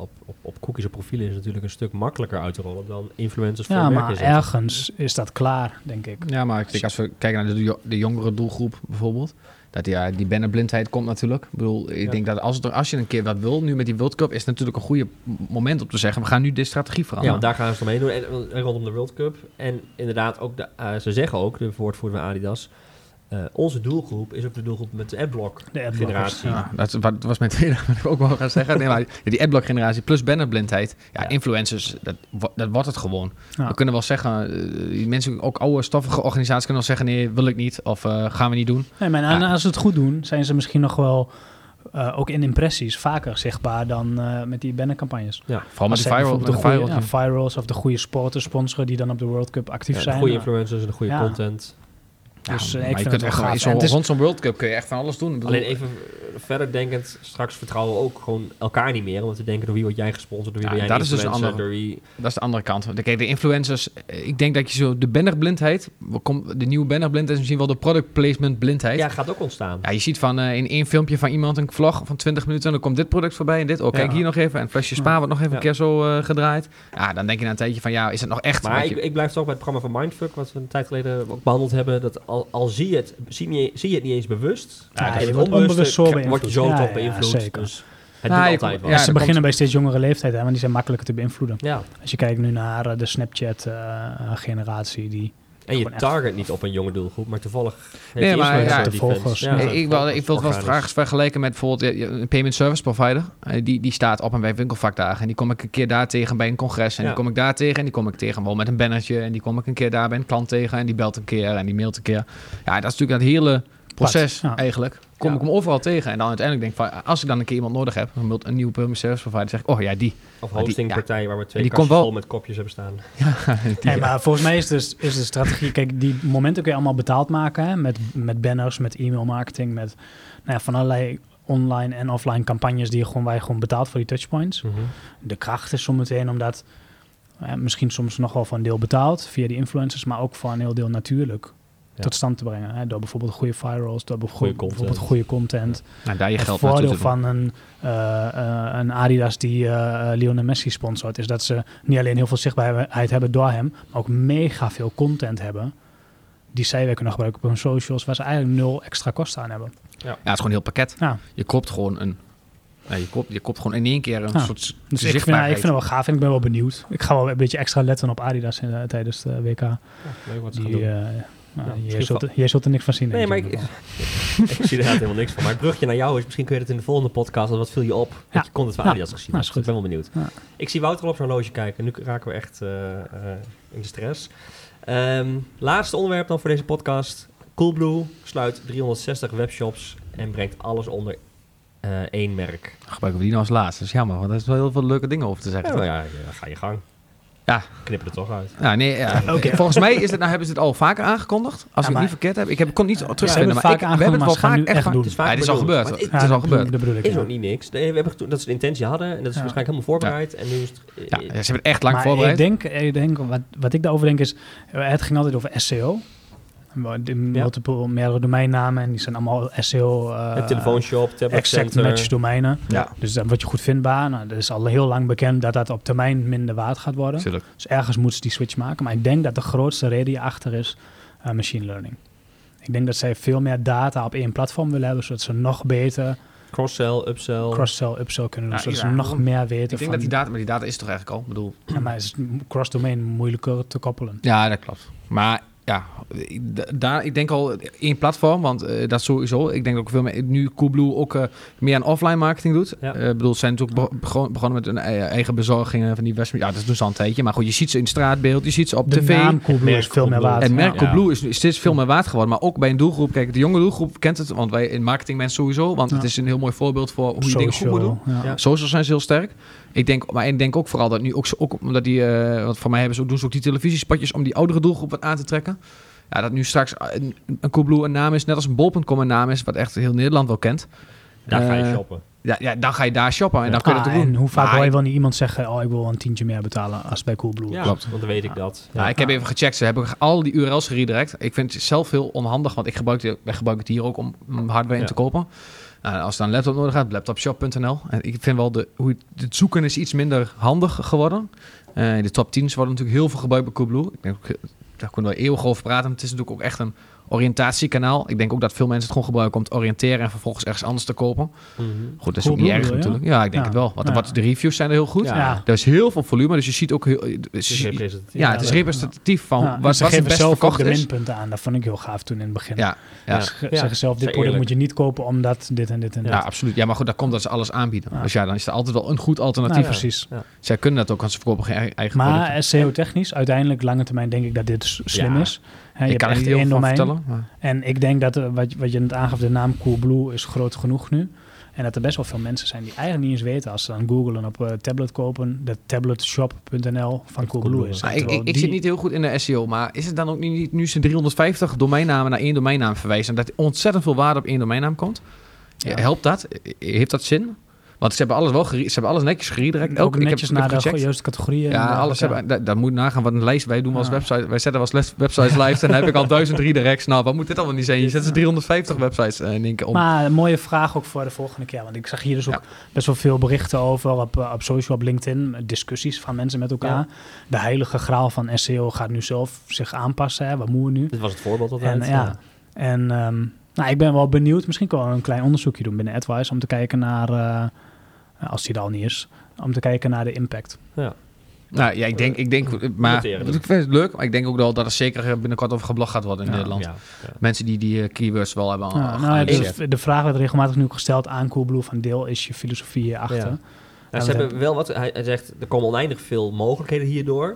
op cookies of profielen is natuurlijk een stuk makkelijker uit te rollen dan influencers voor merken. Ja, maar ergens is dat klaar, denk ik. Ja, maar ik denk als we kijken naar de jongere doelgroep bijvoorbeeld... Dat die bannerblindheid komt natuurlijk. Ik bedoel, ik denk dat als je een keer wat wil, nu met die World Cup, is het natuurlijk een goede moment om te zeggen, we gaan nu de strategie veranderen. Ja, daar gaan ze omheen doen. En rondom de World Cup. En inderdaad, ook ze zeggen ook, de woordvoerder van Adidas, onze doelgroep is ook de doelgroep met de adblock-generatie. Ja, dat was mijn tweede, wat ik ook wel ga zeggen. Nee, maar die adblock-generatie plus bannerblindheid. Ja, influencers, dat wordt het gewoon. Ja. We kunnen wel zeggen, die mensen, ook oude stoffige organisaties kunnen wel zeggen, nee, wil ik niet. Of gaan we niet doen. Nee, maar als ze het goed doen, zijn ze misschien nog wel... ook in impressies vaker zichtbaar dan met die bannercampagnes. Ja, vooral met de virals of de goede sporters sponsoren die dan op de World Cup actief zijn. De goede influencers en de goede content. Dus ik vind het echt rond zo'n World Cup kun je echt van alles doen. Alleen even verder denkend, straks vertrouwen we ook gewoon elkaar niet meer. Omdat we denken, door wie word jij gesponsord, door wie ben jij dat is dus dat is de andere kant. Kijk, de influencers, ik denk dat je zo de bannerblindheid, de nieuwe bannerblindheid is misschien wel de product placement blindheid. Ja, gaat ook ontstaan. Ja, je ziet van in één filmpje van iemand een vlog van 20 minuten en dan komt dit product voorbij en dit. Oh, kijk hier nog even. En flesje Spa wordt nog even een keer zo gedraaid. Ja, dan denk je na een tijdje van, ja, is het nog echt? Maar ik blijf toch bij het programma van Mindfuck, wat we een tijd geleden ook behandeld hebben, dat al zie je het niet eens bewust. Ja, het onbewust word je zo toch beïnvloed. Zeker. Dus het doet altijd wel. Ze beginnen bij steeds jongere leeftijd, hè, want die zijn makkelijker te beïnvloeden. Ja. Als je kijkt nu naar de Snapchat-generatie, die... En je target niet op een jonge doelgroep, maar toevallig... Nee, maar de volgers. Ja. Ik wil het wel graag vergelijken met bijvoorbeeld een payment service provider. Die staat op en bij winkelvakdagen. En die kom ik een keer daar tegen bij een congres. En die kom ik daar tegen. En die kom ik tegen wel met een bannertje. En die kom ik een keer daar bij een klant tegen. En die belt een keer en die mailt een keer. Ja, dat is natuurlijk dat hele proces eigenlijk. Kom ik hem overal tegen. En dan uiteindelijk denk ik van, als ik dan een keer iemand nodig heb, een nieuwe payment service provider, zeg ik, oh ja, die. Of hostingpartijen waar we 2 kastjes vol met kopjes hebben staan. Ja, maar volgens mij is de strategie, kijk, die momenten kun je allemaal betaald maken, hè, met banners, met e-mail marketing, met van allerlei online en offline campagnes waar je gewoon betaalt voor die touchpoints. Mm-hmm. De kracht is zometeen omdat misschien soms nog wel voor een deel betaald via die influencers, maar ook voor een heel deel natuurlijk tot stand te brengen. Hè? Door bijvoorbeeld goede virals, door bijvoorbeeld goede content. Nou, daar je geld het voordeel van een Adidas die Lionel Messi sponsort, is dat ze niet alleen heel veel zichtbaarheid hebben door hem, maar ook mega veel content hebben die zij weer kunnen gebruiken op hun socials, waar ze eigenlijk 0 extra kosten aan hebben. Ja, het is gewoon een heel pakket. Ja. Je koopt gewoon je koopt gewoon in één keer een soort dus ik vind het wel gaaf en ik ben wel benieuwd. Ik ga wel een beetje extra letten op Adidas tijdens de WK. Ja, leuk wat ze gaan doen. Jij zult er niks van zien. Nee, maar ik zie er helemaal niks van. Maar het brugje naar jou is, misschien kun je het in de volgende podcast, wat viel je op? Dat je content van Adidas gezien hebt. Ik ben wel benieuwd. Ja. Ik zie Wouter al op zijn horloge kijken. Nu raken we echt in de stress. Laatste onderwerp dan voor deze podcast. Coolblue sluit 360 webshops en brengt alles onder 1 merk. Gebruiken we die nou als laatste? Dat is jammer, want daar is wel heel veel leuke dingen over te zeggen. Ja, ga je gang. Ja. Knippen er toch uit. Ja, nee, okay. Volgens mij hebben ze het al vaker aangekondigd. Als ik het niet verkeerd heb. Ik kon niet terugvinden. We hebben het wel vaak echt doen. Het is al gebeurd. Het is al gebeurd. Is ook niet niks. Dat ze de intentie hadden. En dat is waarschijnlijk helemaal voorbereid. En nu is het, ze hebben het echt lang voorbereid. Ik denk wat ik daarover denk is, het ging altijd over SEO. Meerdere domeinnamen en die zijn allemaal SEO. Telefoonshop, tablet exact center. match domeinen. Ja. Dus dan word je goed vindbaar. Nou, dat is al heel lang bekend dat op termijn minder waard gaat worden. Tuurlijk. Dus ergens moeten ze die switch maken. Maar ik denk dat de grootste reden hierachter is machine learning. Ik denk dat zij veel meer data op 1 platform willen hebben, zodat ze nog beter cross-sell, upsell kunnen doen, zodat ze nog meer weten. Ik denk dat die data is toch eigenlijk al. Ja, maar is cross-domain moeilijker te koppelen. Ja, dat klopt. Maar ik denk al één platform, want dat sowieso. Ik denk ook veel meer, nu Coolblue ook meer aan offline marketing doet. Ja. Ze zijn natuurlijk begonnen met hun eigen bezorgingen van die Western. Ja, dat doen ze al een tijdje. Maar goed, je ziet ze in het straatbeeld, je ziet ze op de tv. naam Coolblue is veel meer waard. Het merk Coolblue is steeds veel meer waard geworden. Maar ook bij een doelgroep, kijk, de jonge doelgroep kent het, want wij in marketing mensen sowieso, want het is een heel mooi voorbeeld voor hoe je dingen goed moet doen. Ja. Socials zijn ze heel sterk. Ik denk ook vooral dat nu ook omdat die, want voor mij doen ze ook die televisiespotjes om die oudere doelgroep wat aan te trekken. Ja, dat nu straks een Coolblue een naam is, net als een bol.com een naam is, wat echt heel Nederland wel kent. Daar ga je shoppen. Ja, dan ga je daar shoppen en dan kun je het ook doen. En hoe vaak hoor je wel niet iemand zeggen, ik wil wel een tientje meer betalen als bij Coolblue. Ja, klopt. Want dan weet ik dat. Ja, ik heb even gecheckt, ze hebben al die URL's geredirect. Ik vind het zelf heel onhandig, want wij gebruiken het hier ook om hardware in te kopen. Als je dan een laptop nodig hebt, laptopshop.nl. En ik vind wel het zoeken is iets minder handig geworden. De top 10's worden natuurlijk heel veel gebruikt bij Coolblue. Ik denk ook, daar kunnen we eeuwig over praten. Maar het is natuurlijk ook echt een oriëntatiekanaal. Ik denk ook dat veel mensen het gewoon gebruiken om te oriënteren en vervolgens ergens anders te kopen. Mm-hmm. Goed, dat is ook niet erg natuurlijk. Ja, ik denk het wel. Want de reviews zijn er heel goed. Ja. Er is heel veel volume, dus je ziet ook heel... Het is representatief. Ja, het is representatief van wat ze het geven best zelf ook verkocht de is. minpunten aan. Dat vond ik heel gaaf toen in het begin. Ja. Ze zeggen zelf, dit product eerlijk. moet je niet kopen omdat dit en dit en dit. Ja, absoluut. Ja, maar goed, dat komt dat ze alles aanbieden. Ja. Dus ja, dan is er altijd wel een goed alternatief. Nou, precies. Ja. Zij kunnen dat ook, want ze verkopen geen eigen producten. Maar SEO-technisch, uiteindelijk lange termijn denk ik dat dit slim Ja. is. Je Ik hebt kan er echt niet heel één veel van domein. vertellen. Maar... En ik denk dat wat je net aangaf, de naam Coolblue is groot genoeg nu. En dat er best wel veel mensen zijn die eigenlijk niet eens weten, als ze dan googlen op tablet kopen, dat tabletshop.nl van Coolblue is. Ik zit niet heel goed in de SEO, maar is het dan ook niet nu ze 350 domeinnamen naar één domeinnaam verwijzen, dat ontzettend veel waarde op één domeinnaam komt? Ja. Helpt dat? Heeft dat zin? Want ze hebben alles ze hebben alles netjes geredirect. Ook netjes ik heb naar de gecheckt. juiste categorieën. Ja, alles hebben. Dat moet nagaan wat een lijst wij doen als website. Wij zetten als websites live en dan heb ik al 1000 redirects. Nou, wat moet dit allemaal niet zijn? Je zet ze 350 websites in één keer om. Maar een mooie vraag ook voor de volgende keer. Want ik zag hier dus ook best wel veel berichten over op social, op LinkedIn. Discussies van mensen met elkaar. Ja. De heilige graal van SEO gaat nu zelf zich aanpassen. Hè. Wat moeten we nu? Dit was het voorbeeld altijd. En ik ben wel benieuwd. Misschien kunnen we een klein onderzoekje doen binnen AdWise om te kijken naar... als die er al niet is, om te kijken naar de impact. Ja. Nou ja, ik denk, maar ik vind het leuk, maar ik denk ook wel dat er zeker binnenkort over geblogd gaat worden in Nederland. Ja. Mensen die keywords wel hebben. De vraag werd regelmatig nu ook gesteld aan Coolblue van deel is je filosofie hierachter. Ja. Nou, ze hebben wel wat, hij zegt, er komen oneindig veel mogelijkheden hierdoor.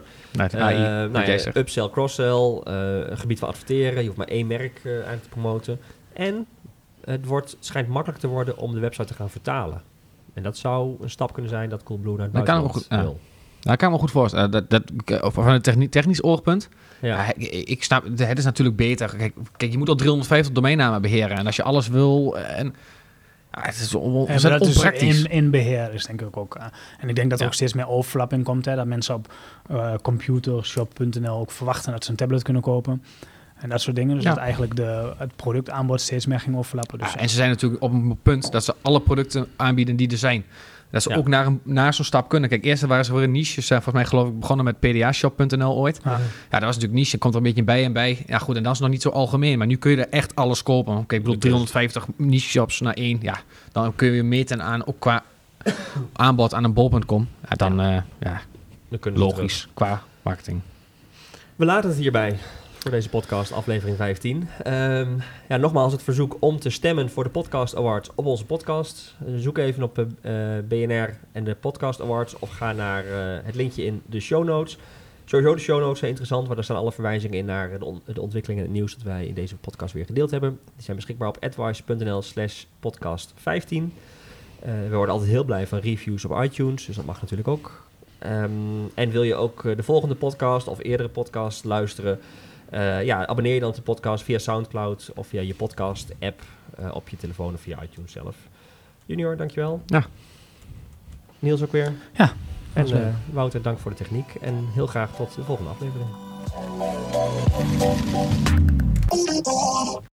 Upsell, cross-sell, een gebied van adverteren, je hoeft maar één merk aan te promoten. En het schijnt makkelijk te worden om de website te gaan vertalen. En dat zou een stap kunnen zijn dat Coolblue naar het buitenland wil. Nou, ik kan me goed voorstellen. Van een technisch oogpunt. Ja. Ik snap, het is natuurlijk beter. Kijk, je moet al 350 domeinnamen beheren. En als je alles wil... het is onpraktisch. In beheer is denk ik ook. En ik denk dat er ook steeds meer overlap in komt. Hè, dat mensen op computershop.nl ook verwachten dat ze een tablet kunnen kopen. En dat soort dingen. Dus dat eigenlijk het productaanbod steeds meer ging overlappen. Dus en ze zijn natuurlijk op een punt dat ze alle producten aanbieden die er zijn. Dat ze ook naar zo'n stap kunnen. Kijk, eerst waren ze weer niches. Volgens mij geloof ik begonnen met pdashop.nl ooit. Ja, dat was natuurlijk niche. Komt er een beetje bij en bij. Ja goed, en dat is nog niet zo algemeen. Maar nu kun je er echt alles kopen. Oké, ik bedoel 350 niche shops naar één. Ja, dan kun je weer meten aan, ook qua aanbod aan een bol.com. Ja, dan logisch qua marketing. We laten het hierbij. Voor deze podcast, aflevering 15. Nogmaals het verzoek om te stemmen voor de Podcast Awards op onze podcast. Zoek even op BNR en de Podcast Awards of ga naar het linkje in de show notes. Sowieso de show notes zijn interessant, want daar staan alle verwijzingen in naar de ontwikkelingen en het nieuws dat wij in deze podcast weer gedeeld hebben. Die zijn beschikbaar op advice.nl/podcast15. We worden altijd heel blij van reviews op iTunes, dus dat mag natuurlijk ook. En wil je ook de volgende podcast of eerdere podcast luisteren... abonneer je dan op de podcast via Soundcloud of via je podcast-app op je telefoon of via iTunes zelf. Junior, dankjewel. Ja. Niels ook weer. Ja. En Wouter, dank voor de techniek. En heel graag tot de volgende aflevering.